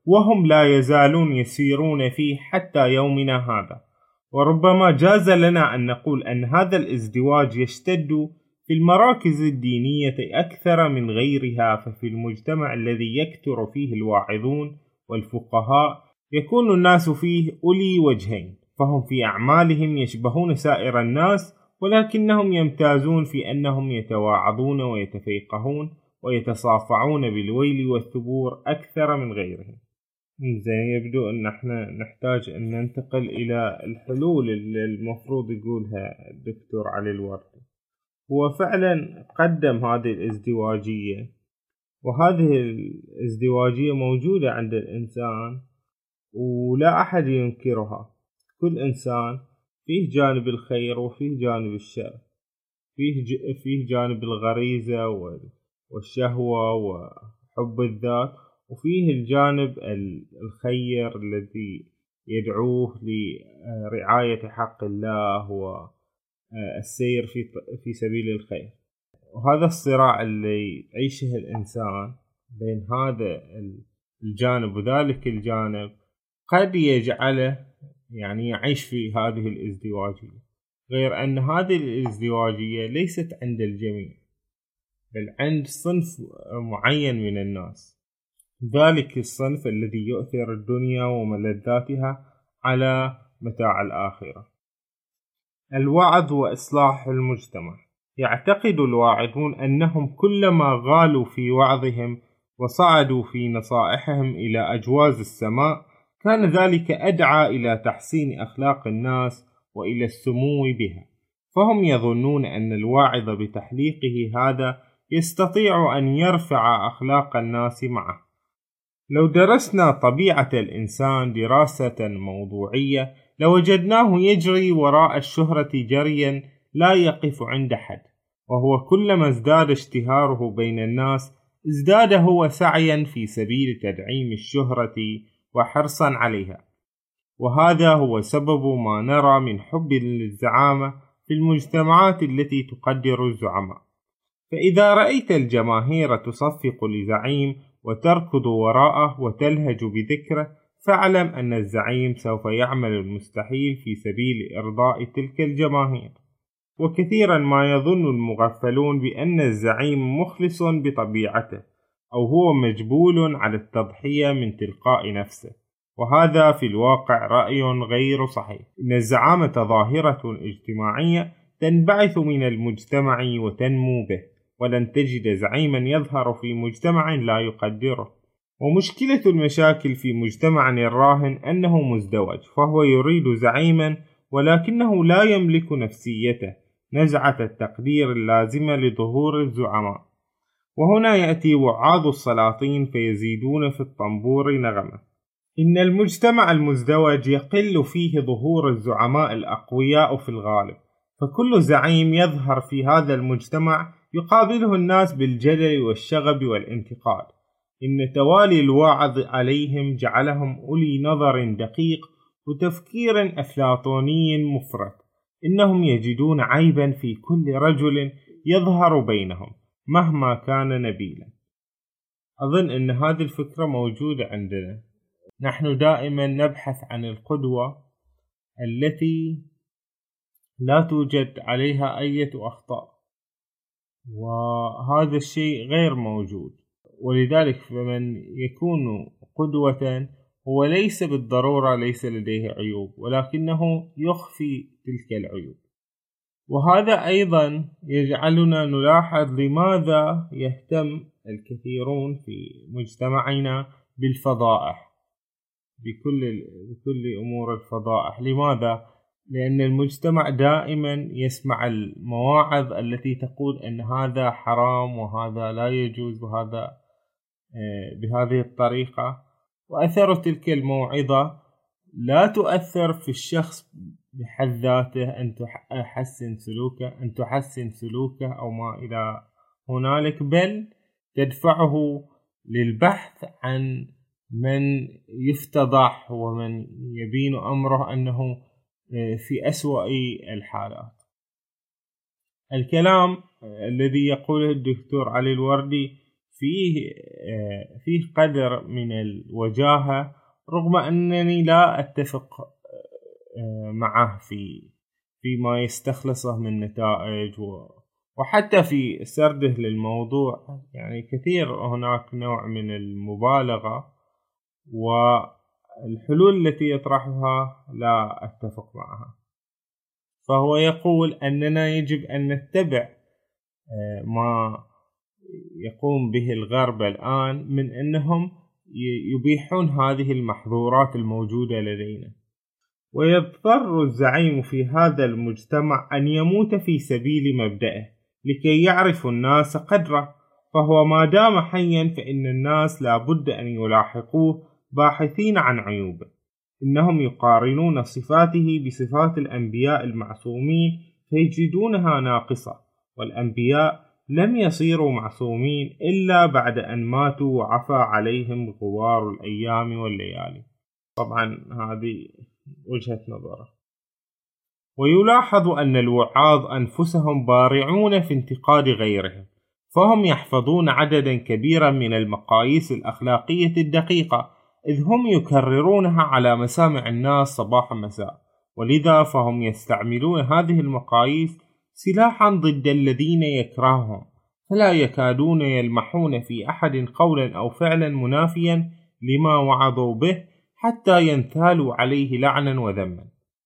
Speaker 1: وهم لا يزالون يسيرون فيه حتى يومنا هذا. وربما جاز لنا أن نقول أن هذا الازدواج يشتد في المراكز الدينية أكثر من غيرها، ففي المجتمع الذي يكثر فيه الواعظون والفقهاء يكون الناس فيه أولي وجهين، فهم في أعمالهم يشبهون سائر الناس، ولكنهم يمتازون في أنهم يتواعظون ويتفيقهون ويتصافعون بالويل والثبور أكثر من غيرهم. زين، يبدو أن احنا نحتاج أن ننتقل إلى الحلول اللي المفروض يقولها الدكتور علي الوردي. هو فعلا قدم هذه الازدواجية، وهذه الازدواجية موجودة عند الإنسان ولا أحد ينكرها. كل إنسان فيه جانب الخير وفيه جانب الشر، فيه ج... فيه جانب الغريزة والشهوة وحب الذات، وفيه الجانب الخير الذي يدعوه لرعاية حق الله والسير في في سبيل الخير. وهذا الصراع اللي يعيشه الإنسان بين هذا الجانب وذلك الجانب قد يجعله يعني يعيش في هذه الازدواجية، غير أن هذه الازدواجية ليست عند الجميع، بل عند صنف معين من الناس، ذلك الصنف الذي يؤثر الدنيا وملذاتها على متاع الآخرة. الوعظ وإصلاح المجتمع. يعتقد الواعظون أنهم كلما غالوا في وعظهم وصعدوا في نصائحهم إلى أجواز السماء كان ذلك أدعى إلى تحسين أخلاق الناس وإلى السمو بها، فهم يظنون أن الواعظ بتحليقه هذا يستطيع أن يرفع أخلاق الناس معه. لو درسنا طبيعة الإنسان دراسة موضوعية لوجدناه يجري وراء الشهرة جريا لا يقف عند حد، وهو كلما ازداد اشتهاره بين الناس ازداد هو سعيا في سبيل تدعيم الشهرة وحرصا عليها. وهذا هو سبب ما نرى من حب للزعامة في المجتمعات التي تقدر الزعماء. فإذا رأيت الجماهير تصفق لزعيم وتركض وراءه وتلهج بذكره فاعلم أن الزعيم سوف يعمل المستحيل في سبيل إرضاء تلك الجماهير. وكثيرا ما يظن المغفلون بأن الزعيم مخلص بطبيعته أو هو مجبول على التضحية من تلقاء نفسه، وهذا في الواقع رأي غير صحيح. إن الزعامة ظاهرة اجتماعية تنبعث من المجتمع وتنمو به، ولن تجد زعيما يظهر في مجتمع لا يقدره. ومشكلة المشاكل في مجتمعنا الراهن أنه مزدوج، فهو يريد زعيما ولكنه لا يملك نفسيته، نزعة التقدير اللازمة لظهور الزعماء. وهنا يأتي وعاظ السلاطين فيزيدون في الطنبور نغمة. إن المجتمع المزدوج يقل فيه ظهور الزعماء الأقوياء في الغالب، فكل زعيم يظهر في هذا المجتمع يقابله الناس بالجدل والشغب والانتقاد. إن توالي الوعظ عليهم جعلهم أولي نظر دقيق وتفكير أفلاطوني مفرط. إنهم يجدون عيبا في كل رجل يظهر بينهم مهما كان نبيلا. أظن أن هذه الفكرة موجودة عندنا. نحن دائما نبحث عن القدوة التي لا توجد عليها أي أخطاء، وهذا الشيء غير موجود. ولذلك فمن يكون قدوة هو ليس بالضرورة ليس لديه عيوب، ولكنه يخفي تلك العيوب. وهذا أيضا يجعلنا نلاحظ لماذا يهتم الكثيرون في مجتمعنا بالفضائح، بكل بكل أمور الفضائح. لماذا؟ لأن المجتمع دائما يسمع المواعظ التي تقول أن هذا حرام وهذا لا يجوز وهذا بهذه الطريقة، وأثر تلك الموعظة لا تؤثر في الشخص بحد ذاته أن تحسن سلوكه أن تحسن سلوكه أو ما إلى هنالك، بل تدفعه للبحث عن من يفتضح ومن يبين أمره أنه في أسوأ الحالات. الكلام الذي يقوله الدكتور علي الوردي فيه فيه قدر من الوجاهة، رغم أنني لا أتفق معه في فيما يستخلصه من نتائج، وحتى في سرده للموضوع يعني كثير هناك نوع من المبالغة، والحلول التي يطرحها لا أتفق معها. فهو يقول أننا يجب أن نتبع ما يقوم به الغرب الآن من أنهم يبيحون هذه المحظورات الموجودة لدينا، ويضطر الزعيم في هذا المجتمع أن يموت في سبيل مبدئه لكي يعرف الناس قدره، فهو ما دام حيا فإن الناس لا بد أن يلاحقوه باحثين عن عيوبه. إنهم يقارنون صفاته بصفات الأنبياء المعصومين فيجدونها ناقصة، والأنبياء لم يصيروا معصومين إلا بعد أن ماتوا وعفى عليهم غبار الأيام والليالي. طبعا هذه وجهة نظره. ويلاحظ أن الوعاظ أنفسهم بارعون في انتقاد غيرهم، فهم يحفظون عددا كبيرا من المقاييس الأخلاقية الدقيقة، إذ هم يكررونها على مسامع الناس صباح مساء، ولذا فهم يستعملون هذه المقاييس سلاحا ضد الذين يكرههم، فلا يكادون يلمحون في أحد قولا أو فعلا منافيا لما وعظوا به حتى ينثالوا عليه لعنا وذما،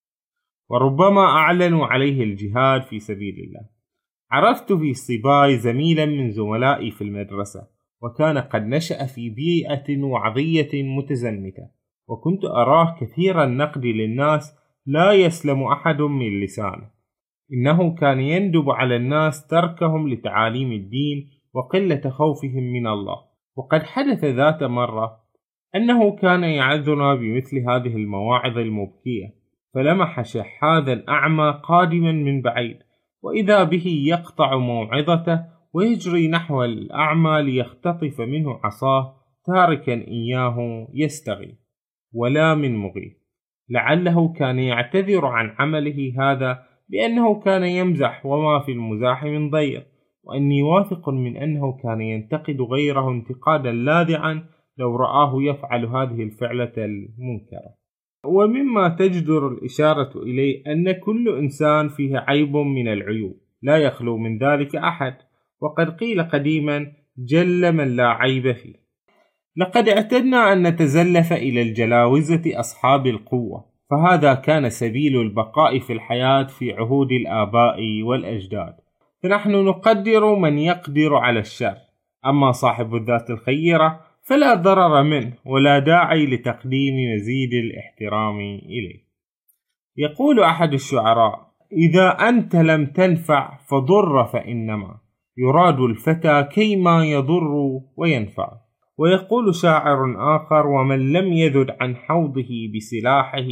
Speaker 1: وربما أعلنوا عليه الجهاد في سبيل الله. عرفت في الصباي زميلا من زملائي في المدرسة، وكان قد نشأ في بيئة وعظية متزمتة، وكنت أراه كثير النقد للناس لا يسلم أحد من لسانه. إنه كان يندب على الناس تركهم لتعاليم الدين وقلة خوفهم من الله. وقد حدث ذات مرة أنه كان يعظنا بمثل هذه المواعظ المبكية، فلمح شحاذا أعمى قادما من بعيد، وإذا به يقطع موعظته ويجري نحو الأعمى ليختطف منه عصاه، تاركا إياه يستغيث ولا من مغيث. لعله كان يعتذر عن عمله هذا بأنه كان يمزح وما في المزاح من ضير، وأني واثق من أنه كان ينتقد غيره انتقادا لاذعا لو رآه يفعل هذه الفعلة المنكرة. ومما تجدر الإشارة إليه أن كل إنسان فيه عيب من العيوب، لا يخلو من ذلك أحد، وقد قيل قديما: جل من لا عيب فيه. لقد اعتدنا أن نتزلف إلى الجلاوزة أصحاب القوة، فهذا كان سبيل البقاء في الحياة في عهود الآباء والأجداد، فنحن نقدر من يقدر على الشر، أما صاحب الذات الخيرة فلا ضرر منه ولا داعي لتقديم مزيد الاحترام إليه. يقول أحد الشعراء: إذا أنت لم تنفع فضر، فإنما يراد الفتى كيما يضر وينفع. ويقول شاعر آخر: ومن لم يذد عن حوضه بسلاحه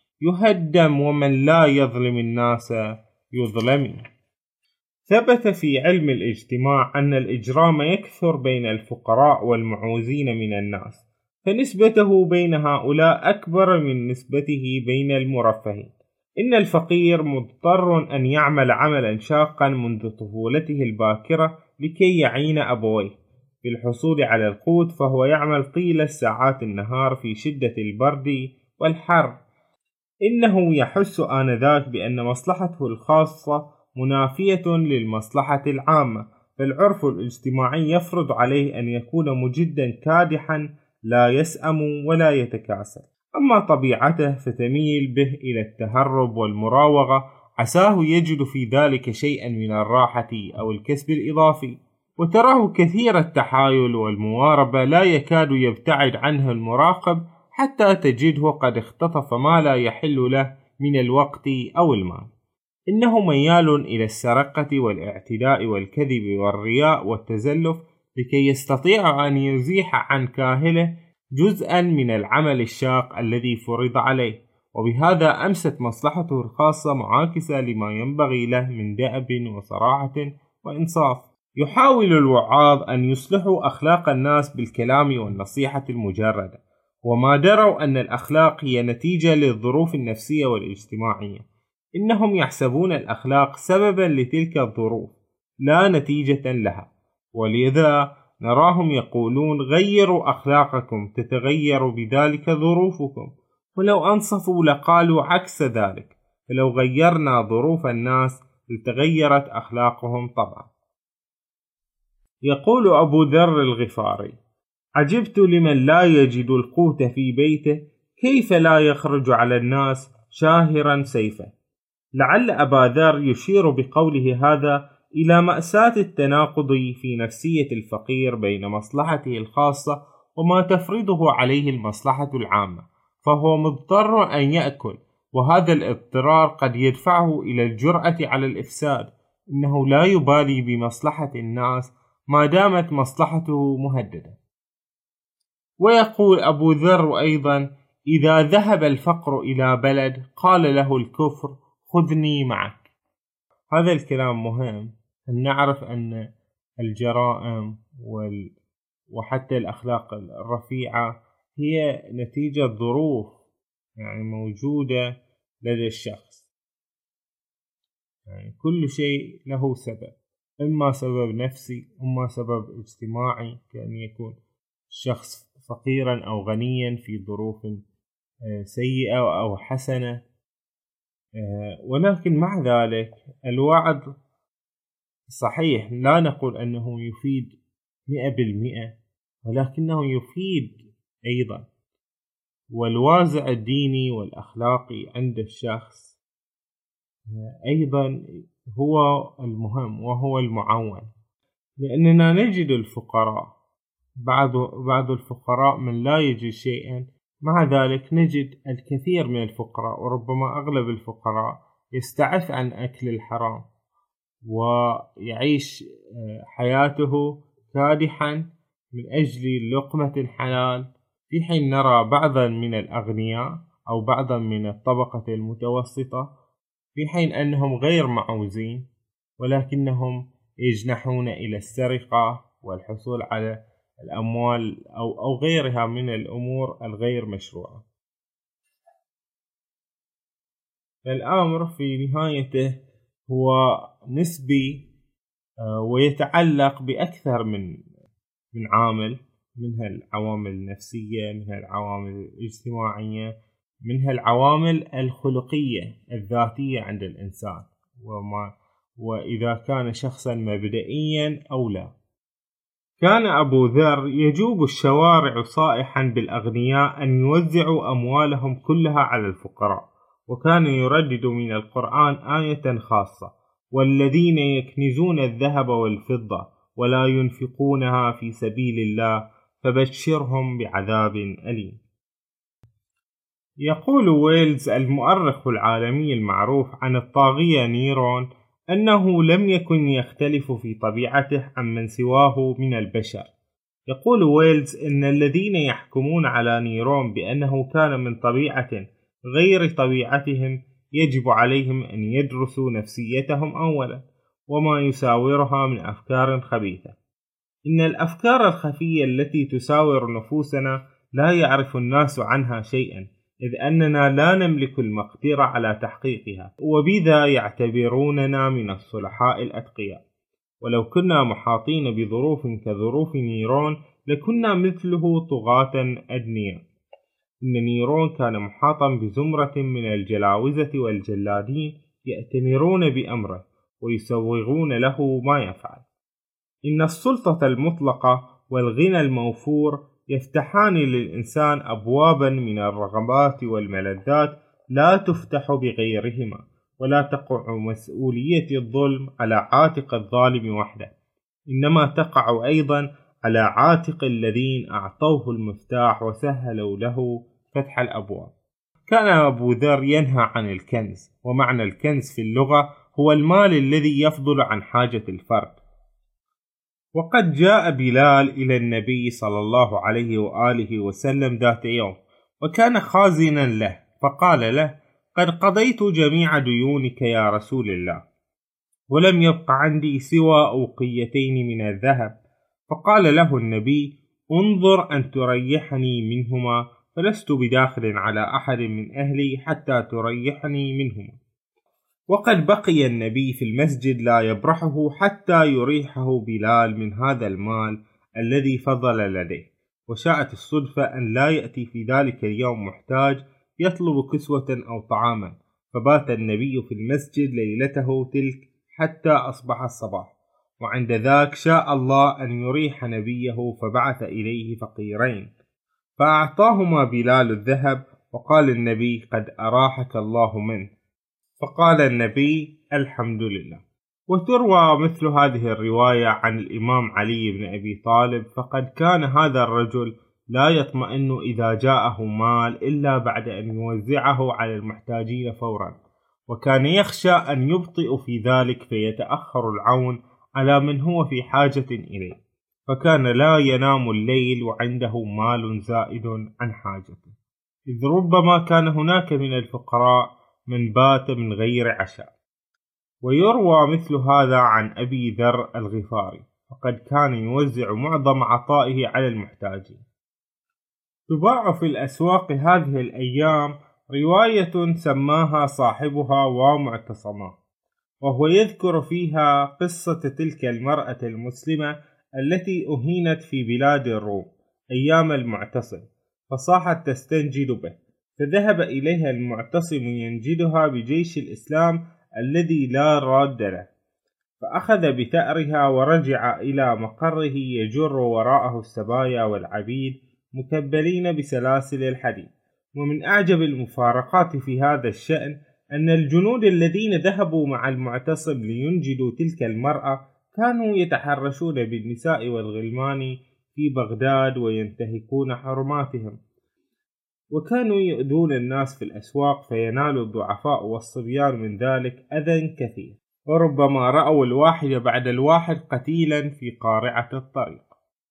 Speaker 1: يهدم، ومن لا يظلم الناس يظلم. ثبت في علم الاجتماع أن الإجرام يكثر بين الفقراء والمعوزين من الناس، فنسبته بين هؤلاء أكبر من نسبته بين المرفهين. إن الفقير مضطر أن يعمل عملا شاقا منذ طفولته الباكرة لكي يعين أبويه في الحصول على القوت، فهو يعمل طيلة ساعات النهار في شدة البرد والحر. إنه يحس آنذاك بأن مصلحته الخاصة منافية للمصلحة العامة، فالعرف الاجتماعي يفرض عليه أن يكون مجدا كادحا لا يسأم ولا يتكاسل. أما طبيعته فتميل به إلى التهرب والمراوغة، عساه يجد في ذلك شيئا من الراحة أو الكسب الإضافي. وتراه كثير التحايل والمواربة، لا يكاد يبتعد عنه المراقب حتى تجده قد اختطف ما لا يحل له من الوقت أو المال. إنه ميال إلى السرقة والاعتداء والكذب والرياء والتزلف لكي يستطيع أن يزيح عن كاهله جزءا من العمل الشاق الذي فرض عليه، وبهذا أمست مصلحته الخاصة معاكسة لما ينبغي له من دأب وصراحة وإنصاف. يحاول الوعاظ أن يصلحوا أخلاق الناس بالكلام والنصيحة المجردة، وما دروا أن الأخلاق هي نتيجة للظروف النفسية والاجتماعية. إنهم يحسبون الأخلاق سببا لتلك الظروف لا نتيجة لها، ولذا نراهم يقولون غيروا أخلاقكم تتغير بذلك ظروفكم، ولو أنصفوا لقالوا عكس ذلك، فلو غيرنا ظروف الناس لتغيرت أخلاقهم طبعا. يقول أبو ذر الغفاري: عجبت لمن لا يجد القوت في بيته كيف لا يخرج على الناس شاهرا سيفه. لعل أبا ذر يشير بقوله هذا إلى مأساة التناقض في نفسية الفقير بين مصلحته الخاصة وما تفرضه عليه المصلحة العامة، فهو مضطر أن يأكل، وهذا الاضطرار قد يدفعه إلى الجرأة على الإفساد. إنه لا يبالي بمصلحة الناس ما دامت مصلحته مهددة. ويقول أبو ذر أيضا: إذا ذهب الفقر إلى بلد قال له الكفر خذني معك. هذا الكلام مهم، أن نعرف أن الجرائم وال... وحتى الأخلاق الرفيعة هي نتيجة ظروف يعني موجودة لدى الشخص. يعني كل شيء له سبب، إما سبب نفسي إما سبب اجتماعي، كأن يكون الشخص فقيرا أو غنيا في ظروف سيئة أو حسنة. ولكن مع ذلك الوعد صحيح، لا نقول أنه يفيد مئة بالمئة، ولكنه يفيد أيضا. والوازع الديني والأخلاقي عند الشخص أيضا هو المهم وهو المعون، لأننا نجد الفقراء، بعض بعض الفقراء من لا يجد شيئا، مع ذلك نجد الكثير من الفقراء وربما أغلب الفقراء يستعف عن أكل الحرام ويعيش حياته كادحا من أجل لقمة الحلال، في حين نرى بعضا من الأغنياء أو بعضا من الطبقة المتوسطة في حين أنهم غير معوزين ولكنهم يجنحون إلى السرقة والحصول على الأموال أو أو غيرها من الأمور الغير مشروعة. الأمر في نهايته هو نسبي ويتعلق بأكثر من من عامل، منها العوامل النفسية، منها العوامل الاجتماعية، منها العوامل الخلقية الذاتية عند الإنسان، وما وإذا كان شخصا مبدئيا أو لا. كان أبو ذر يجوب الشوارع صائحا بالأغنياء أن يوزعوا أموالهم كلها على الفقراء، وكان يردد من القرآن آية خاصة: والذين يكنزون الذهب والفضة ولا ينفقونها في سبيل الله فبشرهم بعذاب أليم. يقول ويلز المؤرخ العالمي المعروف عن الطاغية نيرون أنه لم يكن يختلف في طبيعته عمن سواه من البشر. يقول ويلز إن الذين يحكمون على نيرون بأنه كان من طبيعة غير طبيعتهم يجب عليهم أن يدرسوا نفسيتهم أولا وما يساورها من أفكار خبيثة. إن الأفكار الخفية التي تساور نفوسنا لا يعرف الناس عنها شيئا، إذ أننا لا نملك المقدرة على تحقيقها، وبذا يعتبروننا من الصلحاء الأتقياء. ولو كنا محاطين بظروف كظروف نيرون لكنا مثله طغاة أدنياء. إن نيرون كان محاطا بزمرة من الجلاوزة والجلادين يأتمرون بأمره ويسوغون له ما يفعل. إن السلطة المطلقة والغنى الموفور يفتحان للإنسان أبوابا من الرغبات والملذات لا تفتح بغيرهما، ولا تقع مسؤولية الظلم على عاتق الظالم وحده، إنما تقع أيضا على عاتق الذين أعطوه المفتاح وسهلوا له فتح الأبواب. كان أبو ذر ينهى عن الكنز، ومعنى الكنز في اللغة هو المال الذي يفضل عن حاجة الفرد. وقد جاء بلال إلى النبي صلى الله عليه وآله وسلم ذات يوم وكان خازنا له، فقال له: قد قضيت جميع ديونك يا رسول الله، ولم يبق عندي سوى أوقيتين من الذهب. فقال له النبي: انظر أن تريحني منهما، فلست بداخل على أحد من أهلي حتى تريحني منهما. وقد بقي النبي في المسجد لا يبرحه حتى يريحه بلال من هذا المال الذي فضل لديه، وشاءت الصدفة أن لا يأتي في ذلك اليوم محتاج يطلب كسوة أو طعاما، فبات النبي في المسجد ليلته تلك حتى أصبح الصباح، وعند ذاك شاء الله أن يريح نبيه فبعث إليه فقيرين، فأعطاهما بلال الذهب، وقال النبي: قد أراحك الله منه. فقال النبي: الحمد لله. وتروى مثل هذه الرواية عن الإمام علي بن أبي طالب، فقد كان هذا الرجل لا يطمئن إذا جاءه مال إلا بعد أن يوزعه على المحتاجين فورا، وكان يخشى أن يبطئ في ذلك فيتأخر العون على من هو في حاجة إليه، فكان لا ينام الليل وعنده مال زائد عن حاجته، إذ ربما كان هناك من الفقراء من بات من غير عشاء. ويروى مثل هذا عن أبي ذر الغفاري، فقد كان يوزع معظم عطائه على المحتاجين. تباع في الأسواق هذه الأيام رواية سماها صاحبها ومعتصما، وهو يذكر فيها قصة تلك المرأة المسلمة التي أهينت في بلاد الروم أيام المعتصم، فصاحت تستنجد به، فذهب إليها المعتصم ينجدها بجيش الإسلام الذي لا راد له، فأخذ بثأرها ورجع إلى مقره يجر وراءه السبايا والعبيد مكبلين بسلاسل الحديد. ومن أعجب المفارقات في هذا الشأن أن الجنود الذين ذهبوا مع المعتصم لينجدوا تلك المرأة كانوا يتحرشون بالنساء والغلمان في بغداد وينتهكون حرماتهم، وكانوا يؤذون الناس في الأسواق، فينال الضعفاء والصبيان من ذلك أذى كثير، وربما رأوا الواحد بعد الواحد قتيلا في قارعة الطريق.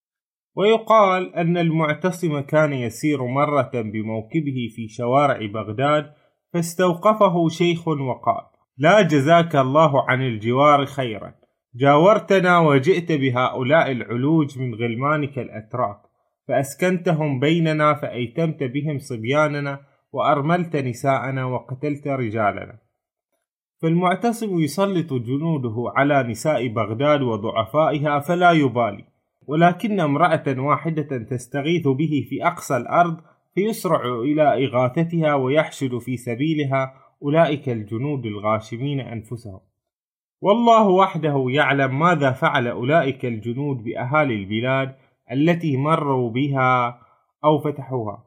Speaker 1: ويقال أن المعتصم كان يسير مرة بموكبه في شوارع بغداد، فاستوقفه شيخ وقال: لا جزاك الله عن الجوار خيرا، جاورتنا وجئت بهؤلاء العلوج من غلمانك الأتراك، فأسكنتهم بيننا، فأيتمت بهم صبياننا، وأرملت نساءنا، وقتلت رجالنا. فالمعتصم يسلط جنوده على نساء بغداد وضعفائها فلا يبالي، ولكن امرأة واحدة تستغيث به في أقصى الأرض فيسرع إلى إغاثتها ويحشد في سبيلها أولئك الجنود الغاشمين أنفسهم. والله وحده يعلم ماذا فعل أولئك الجنود بأهالي البلاد التي مروا بها أو فتحوها.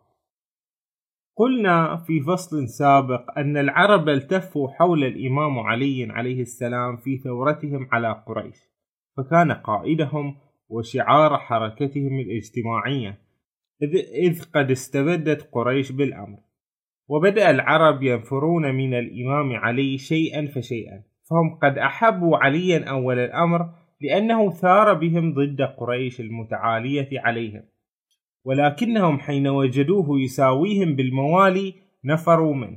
Speaker 1: قلنا في فصل سابق أن العرب التفوا حول الإمام علي عليه السلام في ثورتهم على قريش، فكان قائدهم وشعار حركتهم الاجتماعية، إذ قد استبدت قريش بالأمر، وبدأ العرب ينفرون من الإمام علي شيئا فشيئا، فهم قد أحبوا عليا أول الأمر لأنه ثار بهم ضد قريش المتعالية عليهم، ولكنهم حين وجدوه يساويهم بالموالي نفروا منه.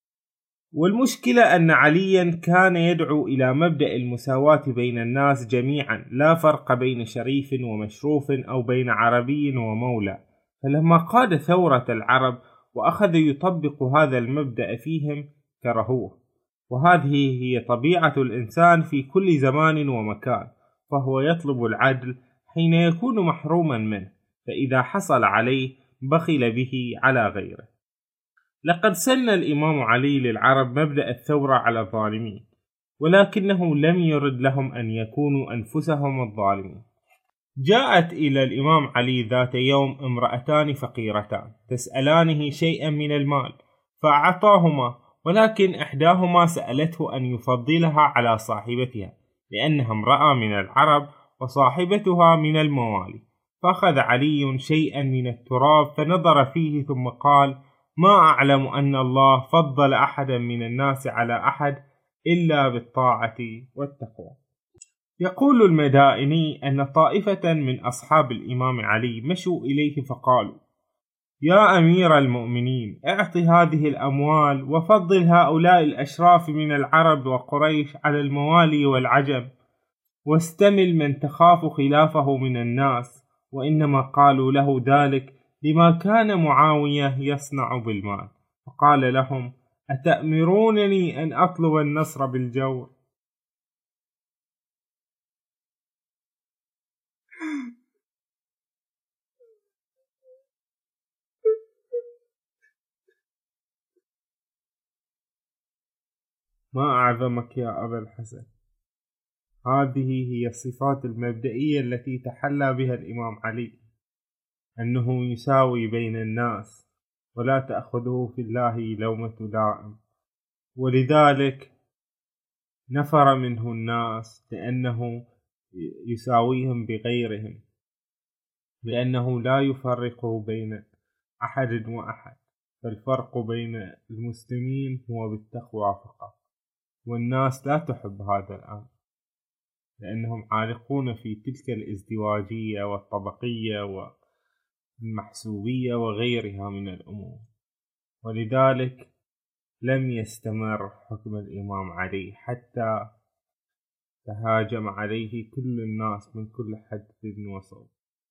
Speaker 1: والمشكلة أن عليا كان يدعو إلى مبدأ المساواة بين الناس جميعا، لا فرق بين شريف ومشروف أو بين عربي ومولى، فلما قاد ثورة العرب وأخذ يطبق هذا المبدأ فيهم كرهوه. وهذه هي طبيعة الإنسان في كل زمان ومكان، فهو يطلب العدل حين يكون محروما منه، فإذا حصل عليه بخل به على غيره. لقد سن الإمام علي للعرب مبدأ الثورة على الظالمين، ولكنه لم يرد لهم أن يكونوا أنفسهم الظالمين. جاءت إلى الإمام علي ذات يوم امرأتان فقيرتان تسألانه شيئا من المال، فأعطاهما، ولكن إحداهما سألته أن يفضلها على صاحبتها لأنها امرأة من العرب وصاحبتها من الموالي، فأخذ علي شيئا من التراب فنظر فيه ثم قال: ما أعلم أن الله فضل أحدا من الناس على أحد إلا بالطاعة والتقوى. يقول المدائني أن طائفة من أصحاب الإمام علي مشوا إليه فقالوا: يا أمير المؤمنين، اعط هذه الأموال وفضل هؤلاء الأشراف من العرب وقريش على الموالي والعجم، واستمل من تخاف خلافه من الناس. وإنما قالوا له ذلك لما كان معاوية يصنع بالمال، فقال لهم: أتأمرونني أن أطلب النصر بالجور؟ ما أعظمك يا أبا الحسن. هذه هي الصفات المبدئية التي تحلى بها الإمام علي، أنه يساوي بين الناس ولا تأخذه في الله لومة لائم، ولذلك نفر منه الناس لأنه يساويهم بغيرهم، لأنه لا يفرق بين أحد وأحد، فالفرق بين المسلمين هو بالتقوى فقط، والناس لا تحب هذا الأمر لأنهم عالقون في تلك الازدواجية والطبقية والمحسوبية وغيرها من الأمور، ولذلك لم يستمر حكم الإمام علي حتى تهاجم عليه كل الناس من كل حدب وصوب.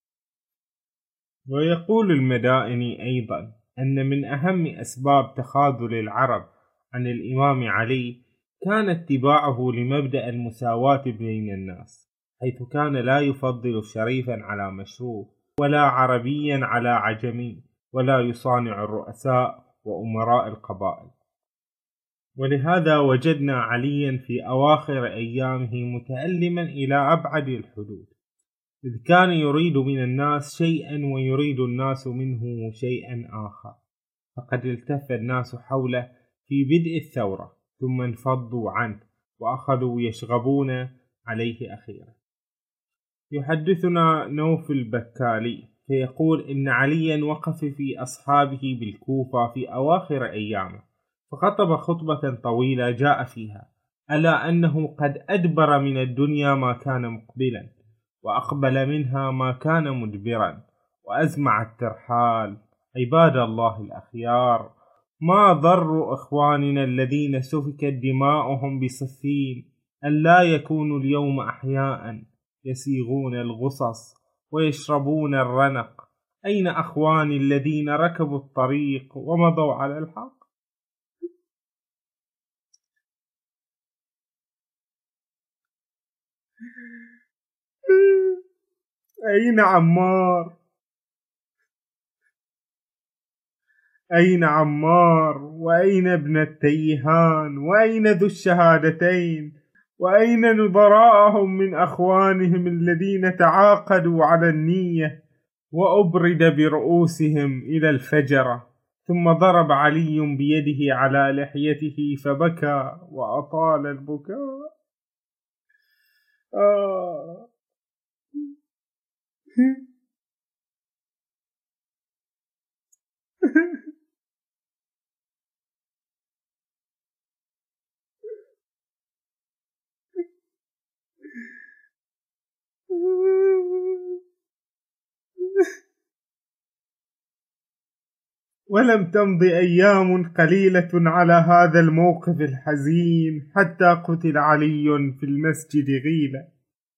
Speaker 1: ويقول المدائني أيضا أن من أهم أسباب تخاذل العرب عن الإمام علي كان اتباعه لمبدأ المساواة بين الناس، حيث كان لا يفضل شريفا على مشروف، ولا عربيا على عجمي، ولا يصانع الرؤساء وأمراء القبائل. ولهذا وجدنا عليا في أواخر أيامه متألما إلى أبعد الحدود، إذ كان يريد من الناس شيئا ويريد الناس منه شيئا آخر، فقد التف الناس حوله في بدء الثورة ثم انفضوا عنه وأخذوا يشغبون عليه أخيرا. يحدثنا نوف البكالي فيقول إن عليا وقف في أصحابه بالكوفة في أواخر أيامه، فخطب خطبة طويلة جاء فيها ألا أنه قد أدبر من الدنيا ما كان مقبلا، وأقبل منها ما كان مدبرا، وأزمع الترحال. عباد الله الأخيار، ما ضر إخواننا الذين سفكت دماؤهم بصفين أن لا يكونوا اليوم أحياء يسيغون الغصص ويشربون الرنق؟ أين أخواني الذين ركبوا الطريق ومضوا على الحق؟ أين عمار؟ أين عمار؟ وأين ابن التيهان؟ وأين ذو الشهادتين؟ وأين نظراءهم من أخوانهم الذين تعاقدوا على النية وأبرد برؤوسهم إلى الفجرة؟ ثم ضرب علي بيده على لحيته فبكى وأطال البكاء. آه. ولم تمض أيام قليلة على هذا الموقف الحزين حتى قتل علي في المسجد غيلة.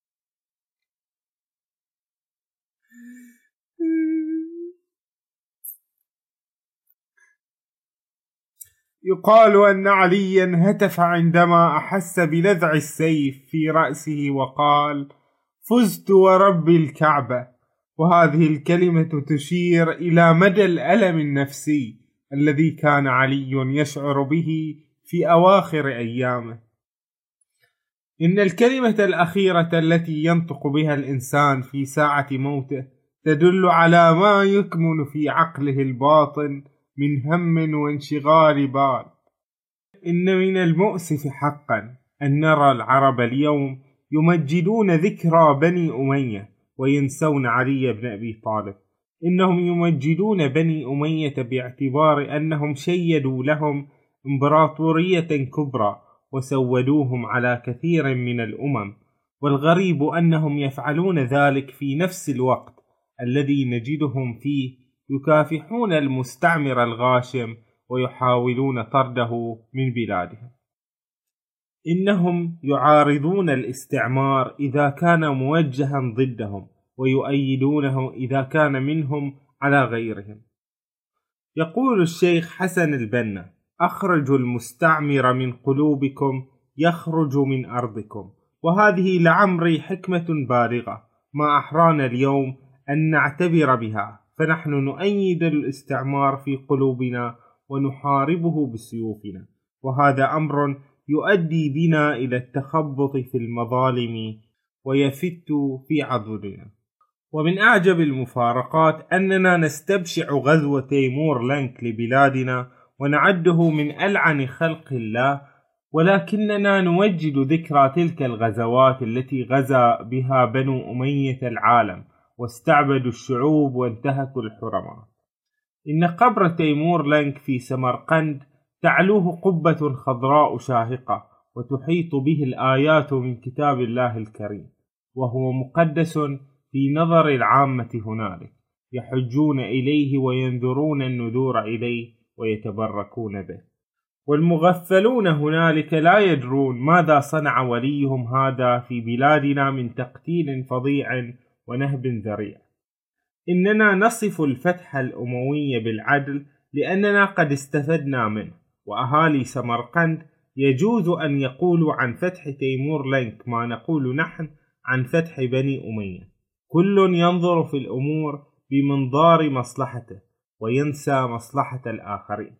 Speaker 1: يقال أن عليا هتف عندما أحس بلذع السيف في رأسه وقال: فزت ورب الكعبة. وهذه الكلمة تشير إلى مدى الألم النفسي الذي كان علي يشعر به في أواخر أيامه. إن الكلمة الأخيرة التي ينطق بها الإنسان في ساعة موته تدل على ما يكمن في عقله الباطن من هم وانشغال بال. إن من المؤسف حقا أن نرى العرب اليوم يمجدون ذكرى بني أمية وينسون علي بن أبي طالب. إنهم يمجدون بني أمية باعتبار أنهم شيدوا لهم إمبراطورية كبرى وسودوهم على كثير من الأمم، والغريب أنهم يفعلون ذلك في نفس الوقت الذي نجدهم فيه يكافحون المستعمر الغاشم ويحاولون طرده من بلادهم. إنهم يعارضون الاستعمار إذا كان موجها ضدهم، ويؤيدونه إذا كان منهم على غيرهم. يقول الشيخ حسن البنا: أخرجوا المستعمر من قلوبكم يخرج من أرضكم. وهذه لعمري حكمة بالغة ما أحرانا اليوم أن نعتبر بها، فنحن نؤيد الاستعمار في قلوبنا ونحاربه بسيوفنا، وهذا أمر يؤدي بنا إلى التخبط في المظالم ويفت في عضدنا. ومن أعجب المفارقات أننا نستبشع غزو تيمور لنك لبلادنا ونعده من ألعن خلق الله، ولكننا نوجد ذكرى تلك الغزوات التي غزا بها بنو أمية العالم واستعبدوا الشعوب وانتهكوا الحرمات. إن قبر تيمور لنك في سمرقند تعلوه قبة خضراء شاهقة وتحيط به الآيات من كتاب الله الكريم، وهو مقدس في نظر العامة هنالك، يحجون إليه وينذرون النذور إليه ويتبركون به. والمغفلون هنالك لا يدرون ماذا صنع وليهم هذا في بلادنا من تقتيل فظيع ونهب ذريع. إننا نصف الفتح الأموي بالعدل لأننا قد استفدنا منه، وأهالي سمرقند يجوز أن يقولوا عن فتح تيمور لنك ما نقول نحن عن فتح بني أمية. كل ينظر في الأمور بمنظار مصلحته وينسى مصلحة الآخرين.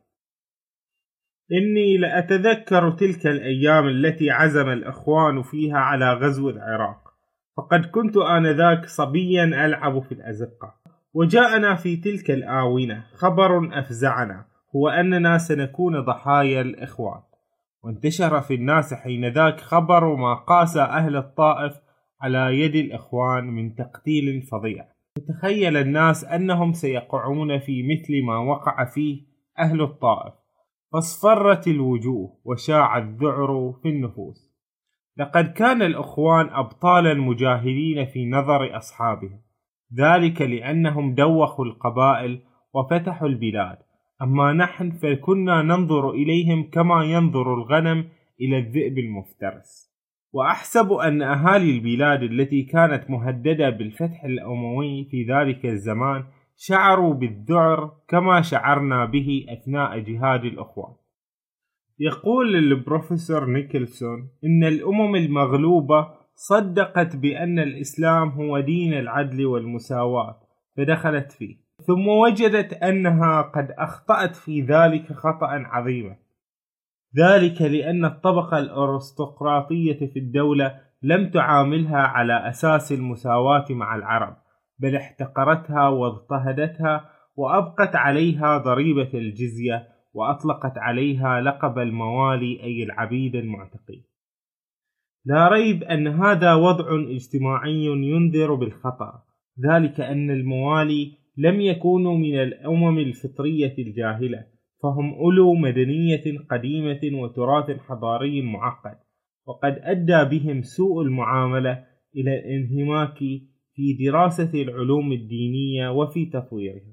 Speaker 1: إني لأتذكر تلك الأيام التي عزم الإخوان فيها على غزو العراق، فقد كنت آنذاك صبيا ألعب في الأزقة، وجاءنا في تلك الآونة خبر أفزعنا، هو أننا سنكون ضحايا الإخوان. وانتشر في الناس حينذاك خبر ما قاس أهل الطائف على يد الإخوان من تقتيل فظيع، وتخيل الناس أنهم سيقعون في مثل ما وقع فيه أهل الطائف، فاصفرت الوجوه وشاع الذعر في النفوس. لقد كان الإخوان أبطالا مجاهدين في نظر أصحابهم، ذلك لأنهم دوخوا القبائل وفتحوا البلاد، أما نحن فكنا ننظر إليهم كما ينظر الغنم إلى الذئب المفترس. وأحسب أن أهالي البلاد التي كانت مهددة بالفتح الأموي في ذلك الزمان شعروا بالذعر كما شعرنا به أثناء جهاد الأخوان. يقول البروفيسور نيكلسون إن الأمم المغلوبة صدقت بأن الإسلام هو دين العدل والمساواة فدخلت فيه، ثم وجدت أنها قد أخطأت في ذلك خطأ عظيما، ذلك لأن الطبقة الأرستقراطية في الدولة لم تعاملها على أساس المساواة مع العرب، بل احتقرتها واضطهدتها وأبقت عليها ضريبة الجزية، وأطلقت عليها لقب الموالي أي العبيد المعتقين. لا ريب أن هذا وضع اجتماعي ينذر بالخطأ، ذلك أن الموالي لم يكونوا من الأمم الفطرية الجاهلة، فهم أولو مدنية قديمة وتراث حضاري معقد، وقد أدى بهم سوء المعاملة إلى الانهماك في دراسة العلوم الدينية وفي تطويرها.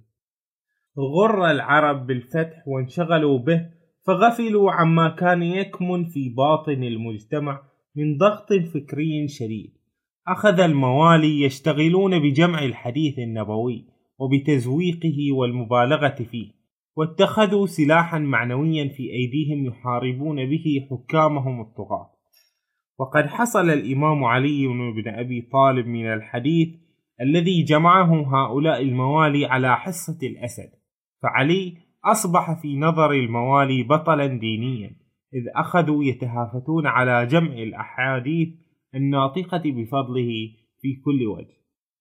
Speaker 1: غر العرب بالفتح وانشغلوا به، فغفلوا عما كان يكمن في باطن المجتمع من ضغط فكري شديد. أخذ الموالي يشتغلون بجمع الحديث النبوي وبتزويقه والمبالغة فيه، واتخذوا سلاحا معنويا في أيديهم يحاربون به حكامهم الطغاة. وقد حصل الإمام علي بن أبي طالب من الحديث الذي جمعه هؤلاء الموالي على حصة الأسد، فعلي أصبح في نظر الموالي بطلا دينيا، إذ أخذوا يتهافتون على جمع الأحاديث الناطقة بفضله في كل وجه.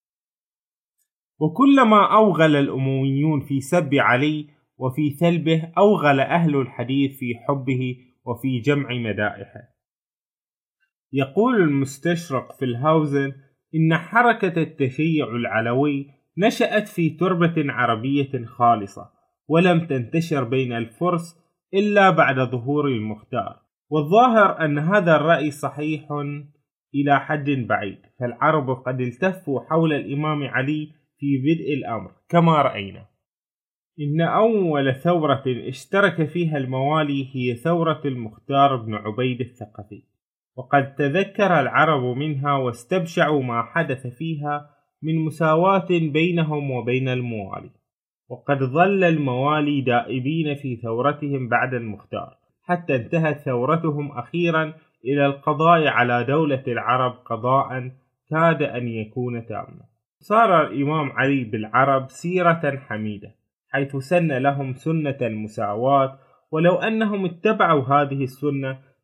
Speaker 1: وكلما أوغل الأمويون في سب علي وفي ثلبه، أوغل أهل الحديث في حبه وفي جمع مدائحه. يقول المستشرق في الهاوزن إن حركة التشيع العلوي نشأت في تربة عربية خالصة، ولم تنتشر بين الفرس إلا بعد ظهور المختار. والظاهر أن هذا الرأي صحيح إلى حد بعيد، فالعرب قد التفوا حول الإمام علي في بدء الأمر كما رأينا. إن أول ثورة اشترك فيها الموالي هي ثورة المختار بن عبيد الثقفي، وقد تذكر العرب منها واستبشعوا ما حدث فيها من مساواة بينهم وبين الموالي. وقد ظل الموالي دائبين في ثورتهم بعد المختار، حتى انتهت ثورتهم أخيرا إلى القضاء على دولة العرب قضاء كاد أن يكون تاما. صار الإمام علي بالعرب سيرة حميدة، حيث سن لهم سنة المساواة، ولو أنهم اتبعوا هذه السنة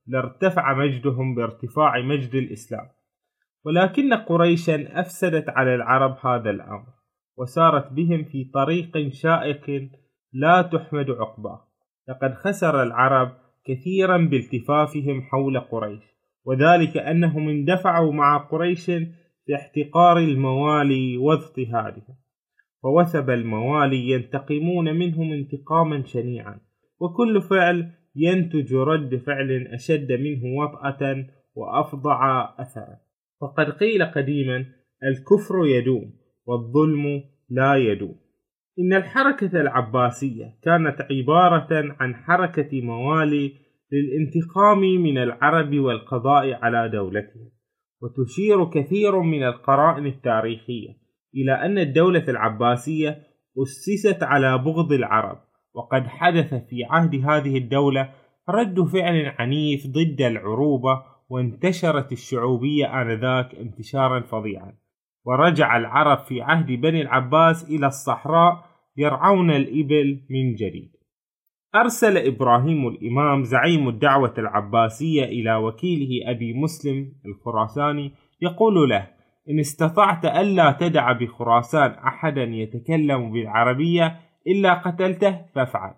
Speaker 1: لارتفع مجدهم بارتفاع مجد الإسلام. ولكن قريشا أفسدت على العرب هذا الأمر، وسارت بهم في طريق شائك لا تحمد عقباه. لقد خسر العرب كثيرا بالتفافهم حول قريش، وذلك أنهم اندفعوا مع قريش في احتقار الموالي واضطهادهم، فوثب الموالي ينتقمون منهم انتقاما شنيعا، وكل فعل ينتج رد فعل أشد منه وطأة وأفظع أثرا. وقد قيل قديما: الكفر يدوم والظلم لا يدوم. إن الحركة العباسية كانت عبارة عن حركة موالي للانتقام من العرب والقضاء على دولتهم، وتشير كثير من القرائن التاريخية إلى أن الدولة العباسية أسست على بغض العرب، وقد حدث في عهد هذه الدولة رد فعل عنيف ضد العروبة، وانتشرت الشعوبية آنذاك انتشارا فظيعا، ورجع العرب في عهد بني العباس إلى الصحراء يرعون الإبل من جديد. أرسل إبراهيم الإمام زعيم الدعوة العباسية إلى وكيله أبي مسلم الخراساني يقول له: إن استطعت ألا تدع بخراسان أحدا يتكلم بالعربية إلا قتلته فافعل،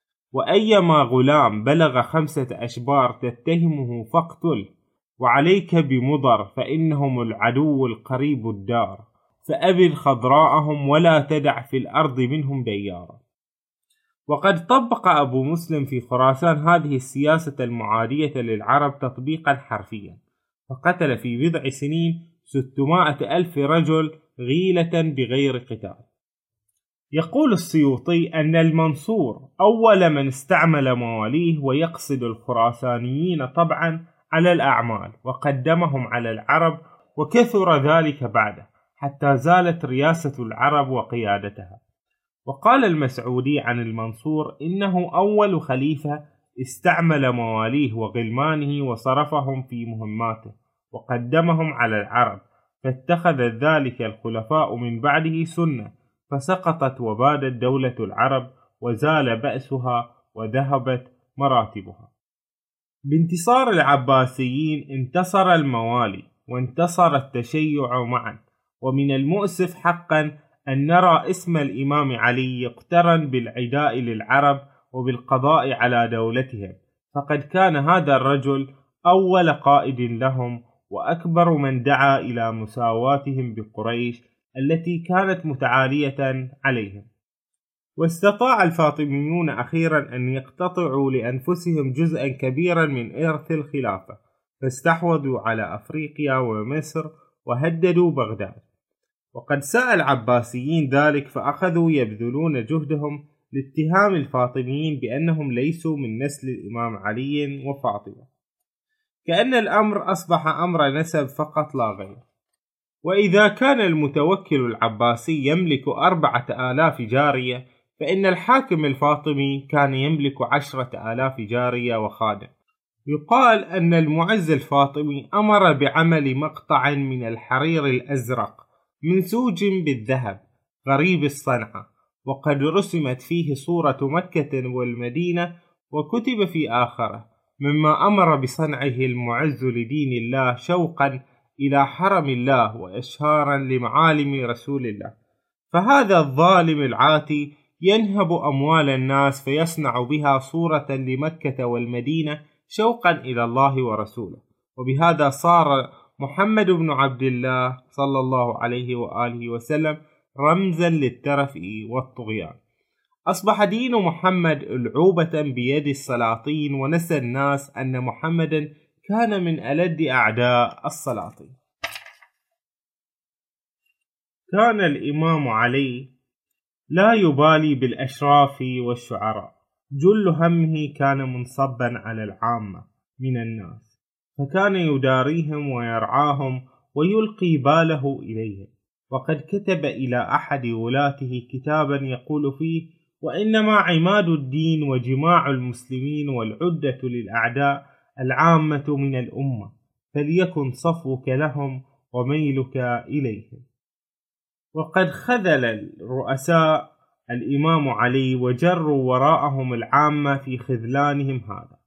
Speaker 1: وأيما غلام بلغ خمسة أشبار تتهمه فاقتل، وعليك بمضر فإنهم العدو القريب الدار، فأبد خضراءهم ولا تدع في الأرض منهم ديارا. وقد طبق أبو مسلم في خراسان هذه السياسة المعادية للعرب تطبيقا حرفيا، فقتل في بضع سنين ستمائة ألف رجل غيلة بغير قتال. يقول السيوطي أن المنصور أول من استعمل مواليه، ويقصد الخراسانيين طبعا، على الأعمال، وقدمهم على العرب، وكثر ذلك بعده حتى زالت رياسة العرب وقيادتها. وقال المسعودي عن المنصور إنه أول خليفة استعمل مواليه وغلمانه وصرفهم في مهماته وقدمهم على العرب، فاتخذ ذلك الخلفاء من بعده سنة، فسقطت وبادت دولة العرب، وزال بأسها وذهبت مراتبها. بانتصار العباسيين انتصر الموالي وانتصر التشيع معا، ومن المؤسف حقا أن نرى اسم الإمام علي يقترن بالعداء للعرب وبالقضاء على دولتهم، فقد كان هذا الرجل أول قائد لهم وأكبر من دعا إلى مساواتهم بقريش التي كانت متعالية عليهم. واستطاع الفاطميون أخيرا أن يقتطعوا لأنفسهم جزءا كبيرا من إرث الخلافة، فاستحوذوا على أفريقيا ومصر وهددوا بغداد. وقد سأل العباسيين ذلك، فأخذوا يبذلون جهدهم لاتهام الفاطميين بأنهم ليسوا من نسل الإمام علي وفاطمة، كأن الأمر أصبح أمر نسب فقط لا غير. وإذا كان المتوكل العباسي يملك أربعة آلاف جارية، فإن الحاكم الفاطمي كان يملك عشرة آلاف جارية وخادم. يقال أن المعز الفاطمي أمر بعمل مقطع من الحرير الأزرق منسوج بالذهب غريب الصنعة، وقد رسمت فيه صورة مكة والمدينة، وكتب في آخره: مما أمر بصنعه المعز لدين الله شوقا إلى حرم الله وإشهارا لمعالم رسول الله. فهذا الظالم العاتي ينهب أموال الناس فيصنع بها صورة لمكة والمدينة شوقا إلى الله ورسوله، وبهذا صار محمد بن عبد الله صلى الله عليه وآله وسلم رمزا للترف والطغيان. أصبح دين محمد ألعوبة بيد السلاطين، ونسى الناس أن محمدا كان من ألد أعداء السلاطين. كان الإمام علي لا يبالي بالأشراف والشعراء، جل همه كان منصبا على العامة من الناس، فكان يداريهم ويرعاهم ويلقي باله إليهم. وقد كتب إلى أحد ولاته كتابا يقول فيه: وإنما عماد الدين وجماع المسلمين والعدة للأعداء العامة من الأمة، فليكن صفوك لهم وميلك إليهم. وقد خذل الرؤساء الإمام علي وجروا وراءهم العامة في خذلانهم هذا،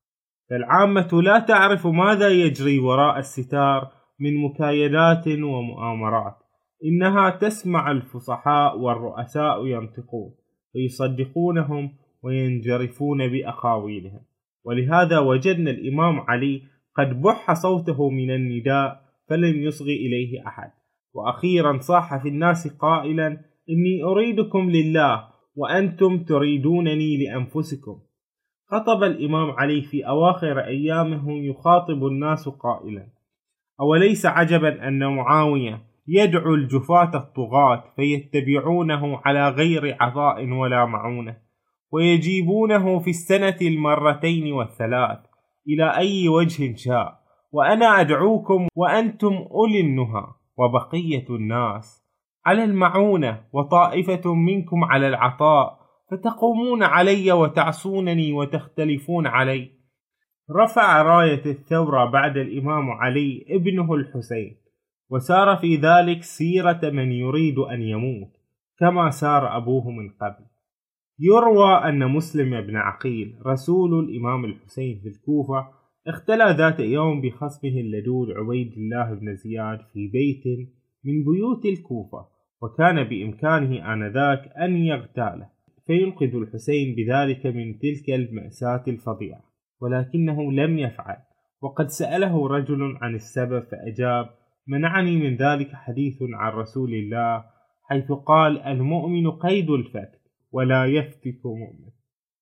Speaker 1: فالعامة لا تعرف ماذا يجري وراء الستار من مكايدات ومؤامرات، إنها تسمع الفصحاء والرؤساء ينطقون فيصدقونهم وينجرفون بأقاويلهم. ولهذا وجدنا الإمام علي قد بح صوته من النداء فلم يصغي إليه أحد، وأخيرا صاح في الناس قائلا: إني أريدكم لله وأنتم تريدونني لأنفسكم. خطب الإمام علي في أواخر أيامه يخاطب الناس قائلا: أوليس عجبا أن معاوية يدعو الجفاة الطغاة فيتبعونه على غير عطاء ولا معونة، ويجيبونه في السنة المرتين والثلاث إلى أي وجه شاء، وأنا أدعوكم وأنتم أولي النهى وبقية الناس على المعونة وطائفة منكم على العطاء، فتقومون علي وتعصونني وتختلفون علي. رفع راية الثورة بعد الإمام علي ابنه الحسين، وسار في ذلك سيرة من يريد أن يموت كما سار أبوه من قبل. يروى أن مسلم بن عقيل رسول الإمام الحسين في الكوفة اختلى ذات يوم بخصمه اللدود عبيد الله بن زياد في بيت من بيوت الكوفة، وكان بإمكانه آنذاك أن يغتاله فينقذ الحسين بذلك من تلك المأساة الفظيعة، ولكنه لم يفعل. وقد سأله رجل عن السبب فأجاب: منعني من ذلك حديث عن رسول الله حيث قال: المؤمن قيد الفتك ولا يفتك مؤمن.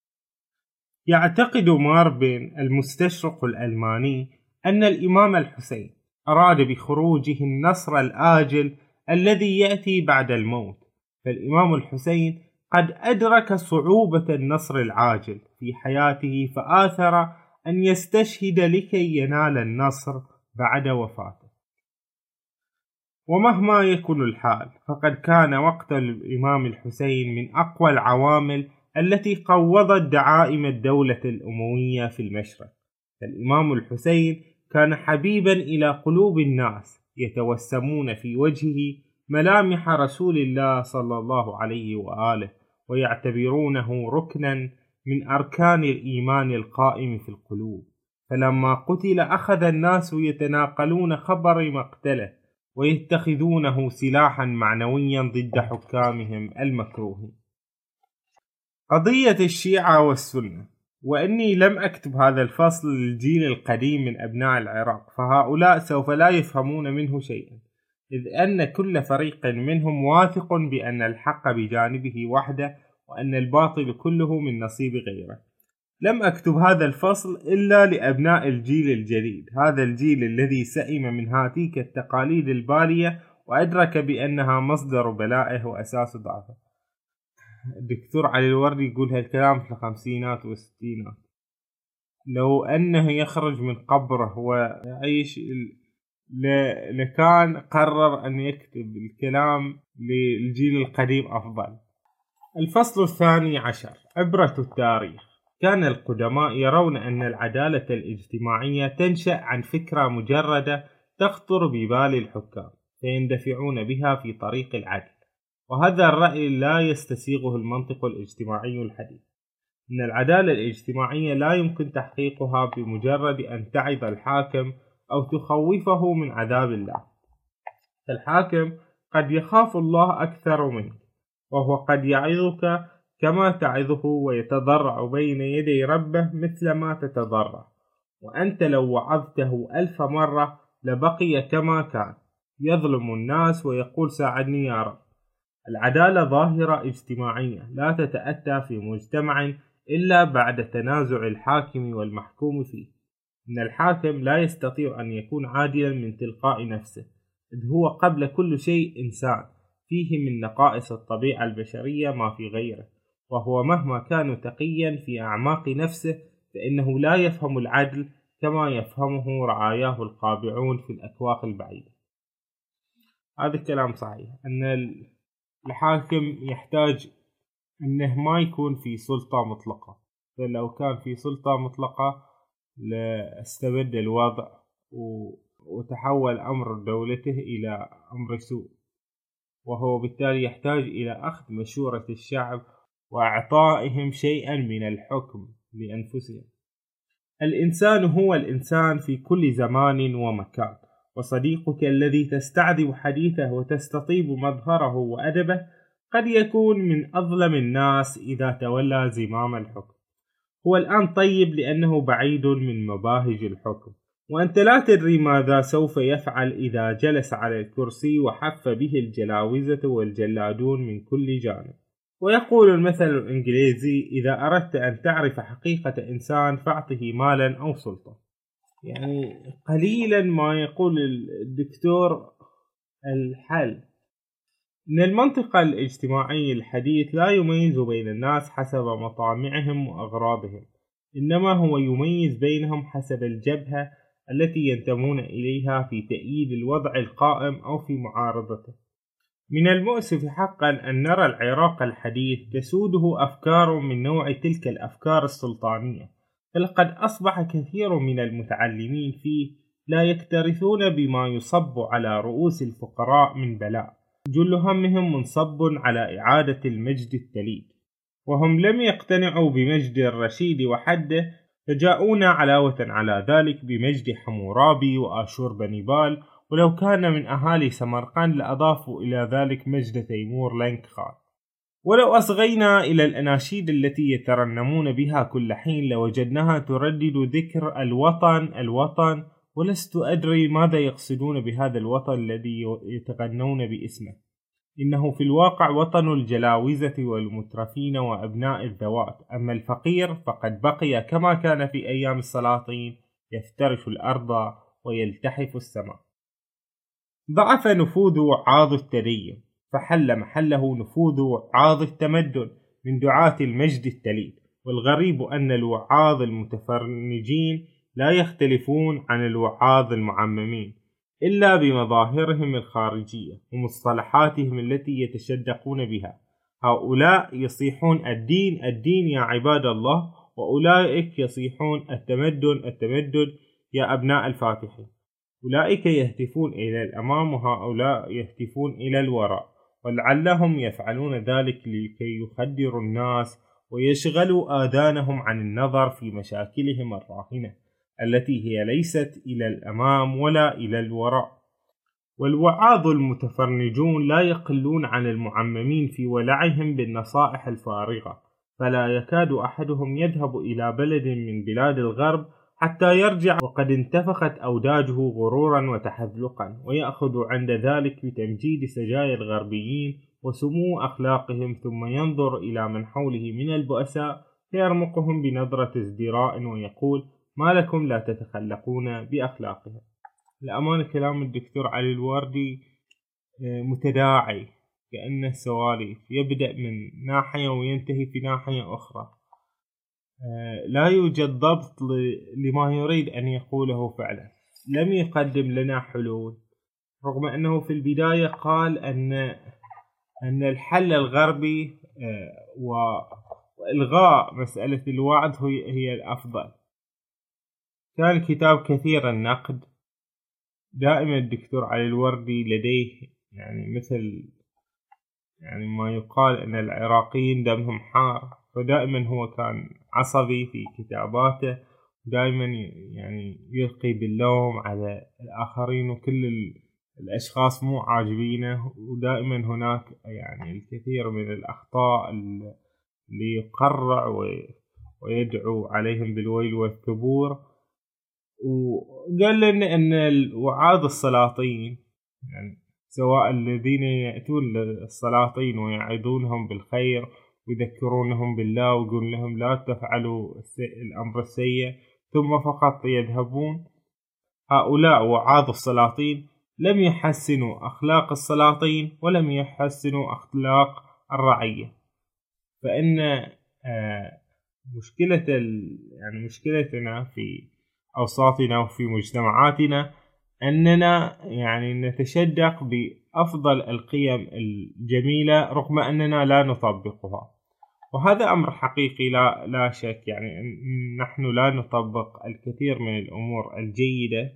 Speaker 1: يعتقد ماربن المستشرق الألماني أن الإمام الحسين أراد بخروجه النصر الآجل الذي يأتي بعد الموت، فالإمام الحسين قد أدرك صعوبة النصر العاجل في حياته فآثر أن يستشهد لكي ينال النصر بعد وفاته. ومهما يكن الحال فقد كان وقت الإمام الحسين من أقوى العوامل التي قوضت دعائم الدولة الأموية في المشرق. فالإمام الحسين كان حبيبا إلى قلوب الناس يتوسمون في وجهه ملامح رسول الله صلى الله عليه وآله، ويعتبرونه ركنا من أركان الإيمان القائم في القلوب. فلما قتل أخذ الناس يتناقلون خبر مقتله ويتخذونه سلاحا معنويا ضد حكامهم المكروهين. قضية الشيعة والسنة. وإني لم أكتب هذا الفصل للجيل القديم من أبناء العراق، فهؤلاء سوف لا يفهمون منه شيئا، إذ أن كل فريق منهم واثق بأن الحق بجانبه وحده وأن الباطل كله من نصيب غيره. لم أكتب هذا الفصل إلا لأبناء الجيل الجديد، هذا الجيل الذي سئم من هاتيك التقاليد البالية وأدرك بأنها مصدر بلائه وأساس ضعفه. الدكتور علي الوردي يقول هالكلام في الخمسينات والستينات، لو أنه يخرج من قبره ويعيش لكان قرر أن يكتب الكلام للجيل القديم أفضل. الفصل الثاني عشر: عبرة التاريخ. كان القدماء يرون أن العدالة الاجتماعية تنشأ عن فكرة مجردة تخطر ببال الحكام فيندفعون بها في طريق العدل، وهذا الرأي لا يستسيغه المنطق الاجتماعي الحديث. إن العدالة الاجتماعية لا يمكن تحقيقها بمجرد أن تعظ الحاكم أو تخوفه من عذاب الله. الحاكم قد يخاف الله أكثر منك، وهو قد يعظك كما تعظه ويتضرع بين يدي ربه مثل ما تتضرع، وأنت لو وعظته ألف مرة لبقي كما كان يظلم الناس ويقول ساعدني يا رب. العدالة ظاهرة اجتماعية لا تتأتى في مجتمع إلا بعد تنازع الحاكم والمحكوم فيه. إن الحاكم لا يستطيع أن يكون عادلا من تلقاء نفسه، إذ هو قبل كل شيء إنسان فيه من نقائص الطبيعة البشرية ما في غيره، وهو مهما كان تقيا في أعماق نفسه فإنه لا يفهم العدل كما يفهمه رعاياه القابعون في الأكواخ البعيدة. هذا الكلام صحيح، أن الحاكم يحتاج أنه ما يكون في سلطة مطلقة، فلو كان في سلطة مطلقة لاستبد الوضع وتحول أمر دولته إلى أمر سوء، وهو بالتالي يحتاج إلى أخذ مشورة الشعب وإعطائهم شيئا من الحكم لأنفسهم. الإنسان هو الإنسان في كل زمان ومكان، وصديقك الذي تستعذب حديثه وتستطيب مظهره وأدبه قد يكون من أظلم الناس إذا تولى زمام الحكم. هو الآن طيب لأنه بعيد من مباهج الحكم، وأنت لا تدري ماذا سوف يفعل إذا جلس على الكرسي وحف به الجلاوزة والجلادون من كل جانب. ويقول المثل الإنجليزي: إذا أردت أن تعرف حقيقة إنسان فأعطه مالا أو سلطة. يعني قليلا ما يقول الدكتور الحل إن المنطق الاجتماعي الحديث لا يميز بين الناس حسب مطامعهم وأغراضهم، إنما هو يميز بينهم حسب الجبهة التي ينتمون إليها في تأييد الوضع القائم أو في معارضته. من المؤسف حقا أن نرى العراق الحديث تسوده أفكار من نوع تلك الأفكار السلطانية، فلقد أصبح كثير من المتعلمين فيه لا يكترثون بما يصب على رؤوس الفقراء من بلاء، جل همهم منصب على إعادة المجد التليد، وهم لم يقتنعوا بمجد الرشيد وحده، فجاءونا علاوة على ذلك بمجد حمورابي وآشور بنيبال، ولو كان من أهالي سمرقند لأضافوا إلى ذلك مجد تيمور لنك خان. ولو أصغينا إلى الأناشيد التي يترنمون بها كل حين لوجدناها تردد ذكر الوطن الوطن، ولست أدري ماذا يقصدون بهذا الوطن الذي يتغنون باسمه. إنه في الواقع وطن الجلاوزة والمترفين وأبناء الذوات، أما الفقير فقد بقي كما كان في أيام السلاطين، يفترش الأرض ويلتحف السماء. ضعف نفوذ وعاظ التدين، فحل محله نفوذ وعاظ التمدن من دعاة المجد التليد. والغريب أن الوعاظ المتفرنجين لا يختلفون عن الوعاظ المعممين إلا بمظاهرهم الخارجية ومصطلحاتهم التي يتشدقون بها. هؤلاء يصيحون الدين الدين يا عباد الله، وأولئك يصيحون التمدن التمدن يا أبناء الفاتحين. أولئك يهتفون إلى الأمام وهؤلاء يهتفون إلى الوراء، ولعلهم يفعلون ذلك لكي يخدروا الناس ويشغلوا آذانهم عن النظر في مشاكلهم الراهنة التي هي ليست إلى الأمام ولا إلى الوراء. والوعاظ المتفرنجون لا يقلون عن المعممين في ولعهم بالنصائح الفارغة، فلا يكاد أحدهم يذهب إلى بلد من بلاد الغرب حتى يرجع وقد انتفخت أوداجه غرورا وتحذلقا، ويأخذ عند ذلك بتمجيد سجايا الغربيين وسمو أخلاقهم، ثم ينظر إلى من حوله من البؤساء فيرمقهم بنظرة ازدراء ويقول: ما لكم لا تتخلقون بأخلاقهم. لأمانة كلام الدكتور علي الوردي متداعي كأنه سواليف، يبدأ من ناحية وينتهي في ناحية أخرى. لا يوجد ضبط لما يريد أن يقوله فعلا. لم يقدم لنا حلول، رغم أنه في البداية قال أن أن الحل الغربي وإلغاء مسألة الوعد هي الأفضل. كان كتاب كثير النقد. دائما الدكتور علي الوردي لديه يعني مثل يعني ما يقال أن العراقيين دمهم حار، فدائما هو كان عصبي في كتاباته، دائما يعني يلقي باللوم على الآخرين وكل الأشخاص مو عاجبينه، ودائما هناك يعني الكثير من الأخطاء اللي يقرع ويدعو عليهم بالويل والثبور. وقال لنا أن الوعاظ السلاطين يعني سواء الذين يأتون للسلاطين ويعظونهم بالخير ويذكرونهم بالله ويقول لهم لا تفعلوا الأمر السيء ثم فقط يذهبون، هؤلاء وعاظ السلاطين لم يحسنوا أخلاق السلاطين ولم يحسنوا أخلاق الرعية. فإن مشكلة يعني مشكلتنا في أوساطنا وفي مجتمعاتنا أننا يعني نتشدق بأفضل القيم الجميلة رغم أننا لا نطبقها، وهذا أمر حقيقي لا لا شك. يعني نحن لا نطبق الكثير من الأمور الجيدة،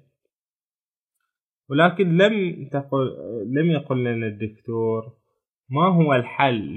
Speaker 1: ولكن لم تقل لم يقل لنا الدكتور ما هو الحل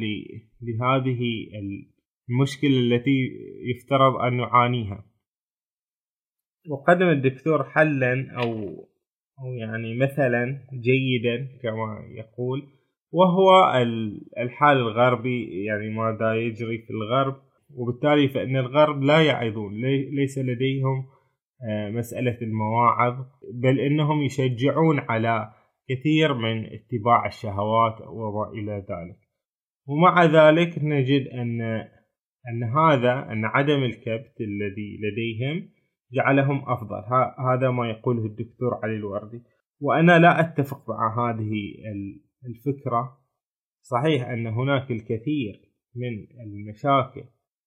Speaker 1: لهذه المشكلة التي يفترض أن نعانيها. وقدم الدكتور حلا أو أو يعني مثلا جيدا كما يقول، وهو الحال الغربي، يعني ماذا يجري في الغرب. وبالتالي فإن الغرب لا يعظون، ليس لديهم مسألة المواعظ، بل إنهم يشجعون على كثير من اتباع الشهوات وما إلى ذلك. ومع ذلك نجد أن أن هذا أن عدم الكبت الذي لديهم جعلهم أفضل. هذا ما يقوله الدكتور علي الوردي، وأنا لا أتفق مع هذه الفكرة. صحيح أن هناك الكثير من المشاكل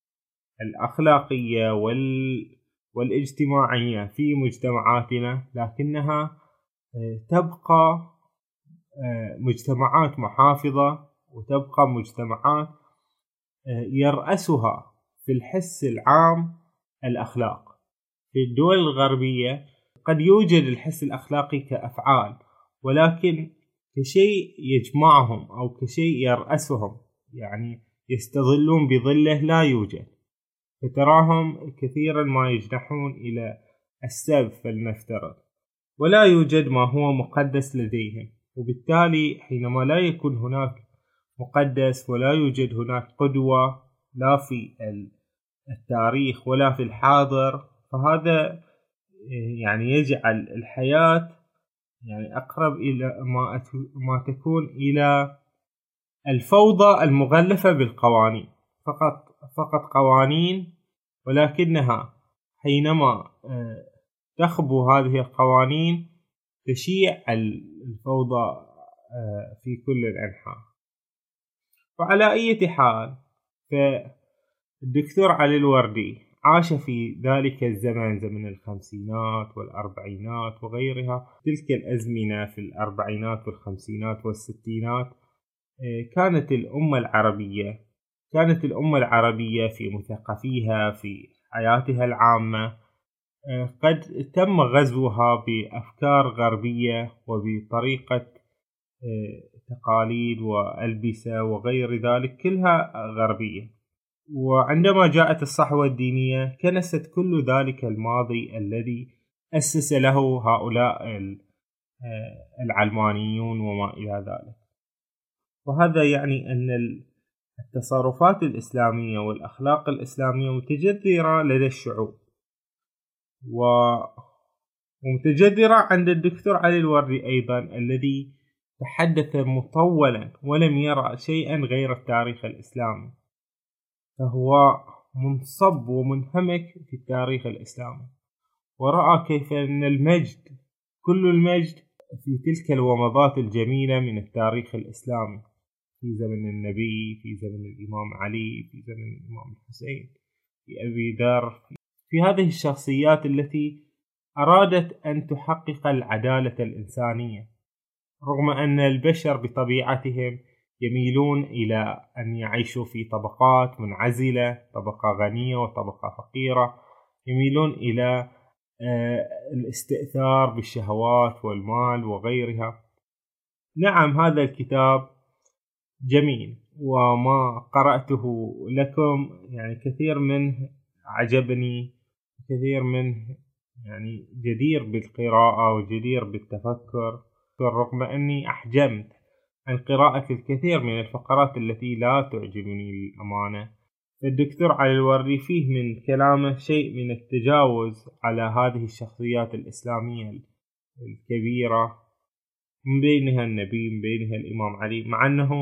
Speaker 1: الأخلاقية وال والاجتماعية في مجتمعاتنا، لكنها تبقى مجتمعات محافظة، وتبقى مجتمعات يرأسها في الحس العام الأخلاق. في الدول الغربية قد يوجد الحس الأخلاقي كأفعال، ولكن كشيء يجمعهم أو كشيء يرأسهم، يعني يستظلون بظله، لا يوجد. فتراهم كثيرا ما يجنحون إلى السب فلنفترض، ولا يوجد ما هو مقدس لديهم. وبالتالي حينما لا يكون هناك مقدس ولا يوجد هناك قدوة، لا في التاريخ ولا في الحاضر، فهذا يعني يجعل الحياة يعني أقرب إلى ما ما تكون إلى الفوضى المغلفة بالقوانين، فقط فقط قوانين، ولكنها حينما تخبو هذه القوانين تشيع الفوضى في كل الأنحاء. وعلى أي حال، فالدكتور علي الوردي عاش في ذلك الزمن، زمن الخمسينات والأربعينات وغيرها. تلك الأزمنة في الأربعينات والخمسينات والستينات كانت الأمة العربية كانت الأمة العربية في مثقفيها، في حياتها العامة، قد تم غزوها بأفكار غربية وبطريقة تقاليد وألبسة وغير ذلك، كلها غربية. وعندما جاءت الصحوة الدينية كنست كل ذلك الماضي الذي أسس له هؤلاء العلمانيون وما إلى ذلك. وهذا يعني أن التصرفات الإسلامية والأخلاق الإسلامية متجذرة لدى الشعوب، ومتجذرة عند الدكتور علي الوردي أيضا، الذي تحدث مطولا ولم يرى شيئا غير التاريخ الإسلامي، فهو منصب ومنهمك في التاريخ الإسلامي، ورأى كيف أن المجد، كل المجد في تلك الومضات الجميلة من التاريخ الإسلامي، في زمن النبي، في زمن الإمام علي، في زمن الإمام الحسين، في أبي ذر، في هذه الشخصيات التي أرادت أن تحقق العدالة الإنسانية، رغم أن البشر بطبيعتهم يميلون إلى أن يعيشوا في طبقات منعزلة، طبقة غنية وطبقة فقيرة، يميلون إلى الاستئثار بالشهوات والمال وغيرها. نعم، هذا الكتاب جميل، وما قرأته لكم يعني كثير منه عجبني، كثير منه يعني جدير بالقراءة وجدير بالتفكر، رغم أني أحجمت عن قراءة الكثير من الفقرات التي لا تعجبني للأمانة. الدكتور علي الوردي فيه من كلامه شيء من التجاوز على هذه الشخصيات الإسلامية الكبيرة، من بينها النبي، من بينها الإمام علي، مع أنه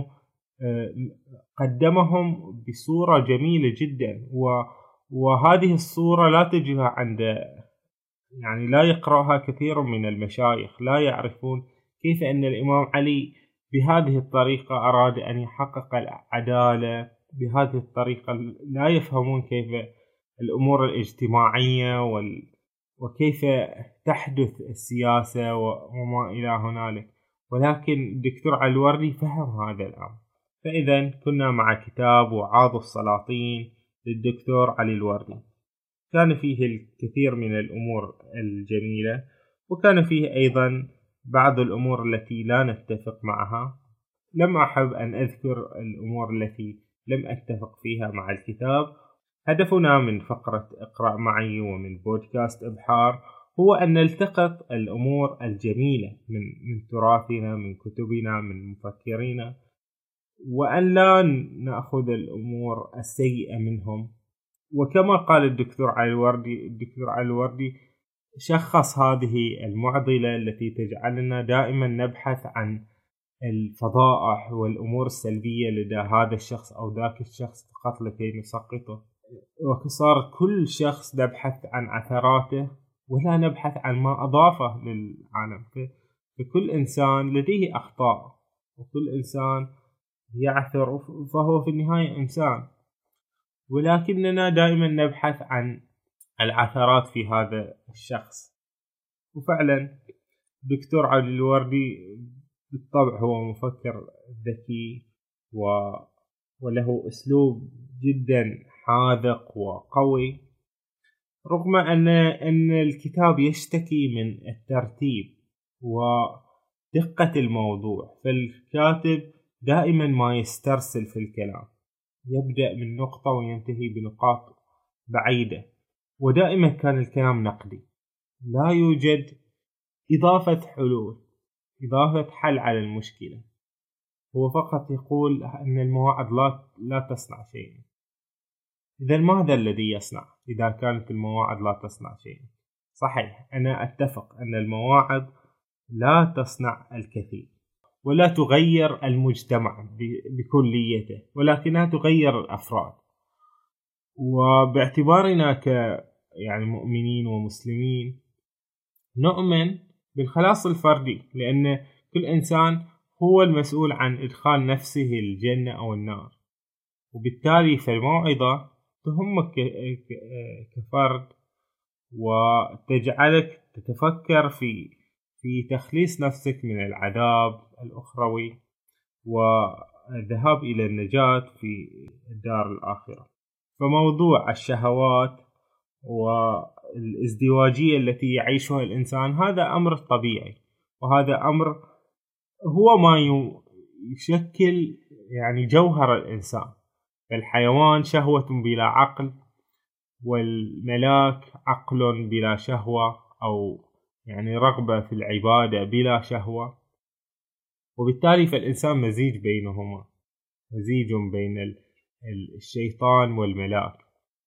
Speaker 1: قدمهم بصورة جميلة جدا، وهذه الصورة لا تجدها عند يعني لا يقرأها كثير من المشايخ، لا يعرفون كيف أن الإمام علي بهذه الطريقة أراد أن يحقق العدالة بهذه الطريقة. لا يفهمون كيف الأمور الاجتماعية وال... وكيف تحدث السياسة وما إلى هنالك، ولكن الدكتور علي الوردي فهم هذا الأمر. فإذا كنا مع كتاب وعاظ السلاطين للدكتور علي الوردي، كان فيه الكثير من الأمور الجميلة، وكان فيه أيضا بعض الأمور التي لا نتفق معها. لم أحب أن أذكر الأمور التي لم أتفق فيها مع الكتاب، هدفنا من فقرة اقرأ معي ومن بودكاست إبحار هو أن نلتقط الأمور الجميلة من من تراثنا، من كتبنا، من مفكرينا، وأن لا نأخذ الأمور السيئة منهم. وكما قال الدكتور علي الوردي الدكتور علي الوردي شخص هذه المعضلة التي تجعلنا دائما نبحث عن الفضائح والأمور السلبية لدى هذا الشخص أو ذاك الشخص فقط لكي نسقطه، وصار كل شخص نبحث عن عثراته ولا نبحث عن ما أضافه للعالم. فكل إنسان لديه أخطاء، وكل إنسان يعثر، فهو في النهاية إنسان، ولكننا دائما نبحث عن العثرات في هذا الشخص. وفعلا دكتور علي الوردي بالطبع هو مفكر ذكي و... وله أسلوب جدا حاذق وقوي، رغم أن أن الكتاب يشتكي من الترتيب ودقة الموضوع. فالكاتب دائما ما يسترسل في الكلام، يبدأ من نقطة وينتهي بنقاط بعيدة، ودائما كان الكلام نقدي، لا يوجد إضافة حلول، إضافة حل على المشكلة. هو فقط يقول أن المواعظ لا لا تصنع شيئا. إذا ماذا الذي يصنع إذا كانت المواعظ لا تصنع شيئا؟ صحيح، أنا أتفق أن المواعظ لا تصنع الكثير ولا تغير المجتمع بكليته، ولكنها تغير الأفراد. وباعتبارنا ك يعني مؤمنين ومسلمين نؤمن بالخلاص الفردي، لأن كل إنسان هو المسؤول عن إدخال نفسه الجنة أو النار، وبالتالي فالموعظة تهمك كفرد وتجعلك تتفكر في في تخليص نفسك من العذاب الأخروي والذهاب إلى النجاة في الدار الآخرة. فموضوع الشهوات والازدواجية التي يعيشها الإنسان هذا أمر طبيعي، وهذا أمر هو ما يشكل يعني جوهر الإنسان. الحيوان شهوة بلا عقل، والملاك عقل بلا شهوة، أو يعني رغبة في العبادة بلا شهوة. وبالتالي فالإنسان مزيج بينهما، مزيج بين الشيطان والملاك،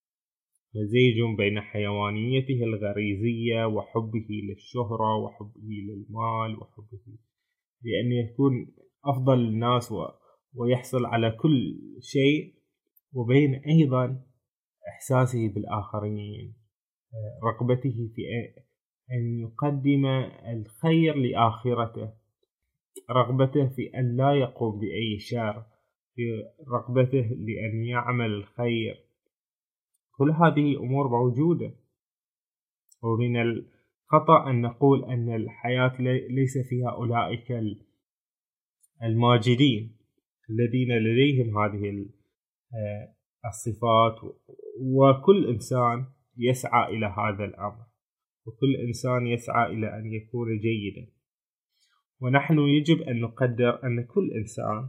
Speaker 1: مزيج بين حيوانيته الغريزية وحبه للشهرة وحبه للمال وحبه لأن يكون أفضل الناس ويحصل على كل شيء، وبين أيضا إحساسه بالآخرين، رغبته في أن يقدم الخير لآخرته، رغبته في أن لا يقوم بأي شر، في رغبته لأن يعمل الخير. كل هذه أمور موجودة. ومن الخطأ أن نقول أن الحياة ليس فيها أولئك الماجدين الذين لديهم هذه الصفات، وكل إنسان يسعى إلى هذا الأمر، وكل إنسان يسعى إلى أن يكون جيدا. ونحن يجب أن نقدر أن كل إنسان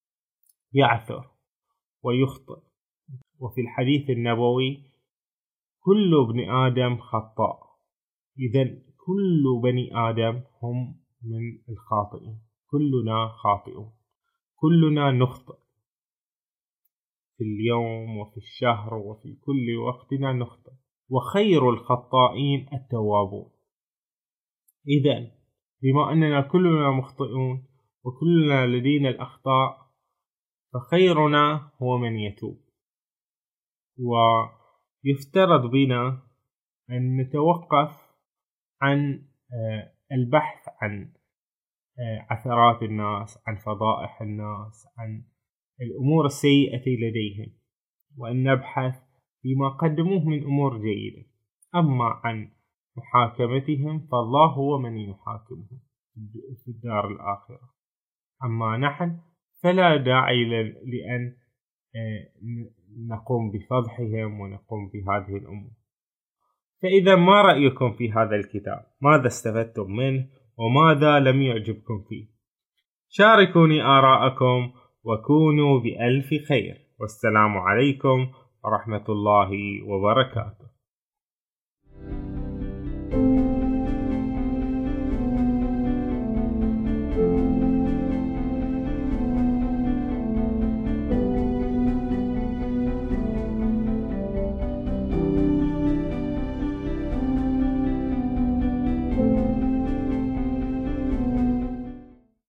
Speaker 1: يعثر ويخطئ، وفي الحديث النبوي كل ابن آدم خطاء. إذن كل بني آدم هم من الخاطئين، كلنا خاطئون، كلنا نخطئ في اليوم وفي الشهر وفي كل وقتنا نخطئ، وخير الخطائين التوابون. إذن بما أننا كلنا مخطئون وكلنا لدينا الأخطاء، فخيرنا هو من يتوب. ويفترض بنا أن نتوقف عن البحث عن عثرات الناس، عن فضائح الناس، عن الأمور السيئة لديهم، وأن نبحث فيما قدموه من أمور جيدة. أما عن محاكمتهم فالله هو من يحاكمهم في الدار الآخرة. أما نحن فلا داعي لأن نقوم بفضحهم ونقوم بهذه الأمور. فإذا ما رأيكم في هذا الكتاب؟ ماذا استفدتم منه وماذا لم يعجبكم فيه؟ شاركوني آراءكم وكونوا بألف خير، والسلام عليكم ورحمة الله وبركاته.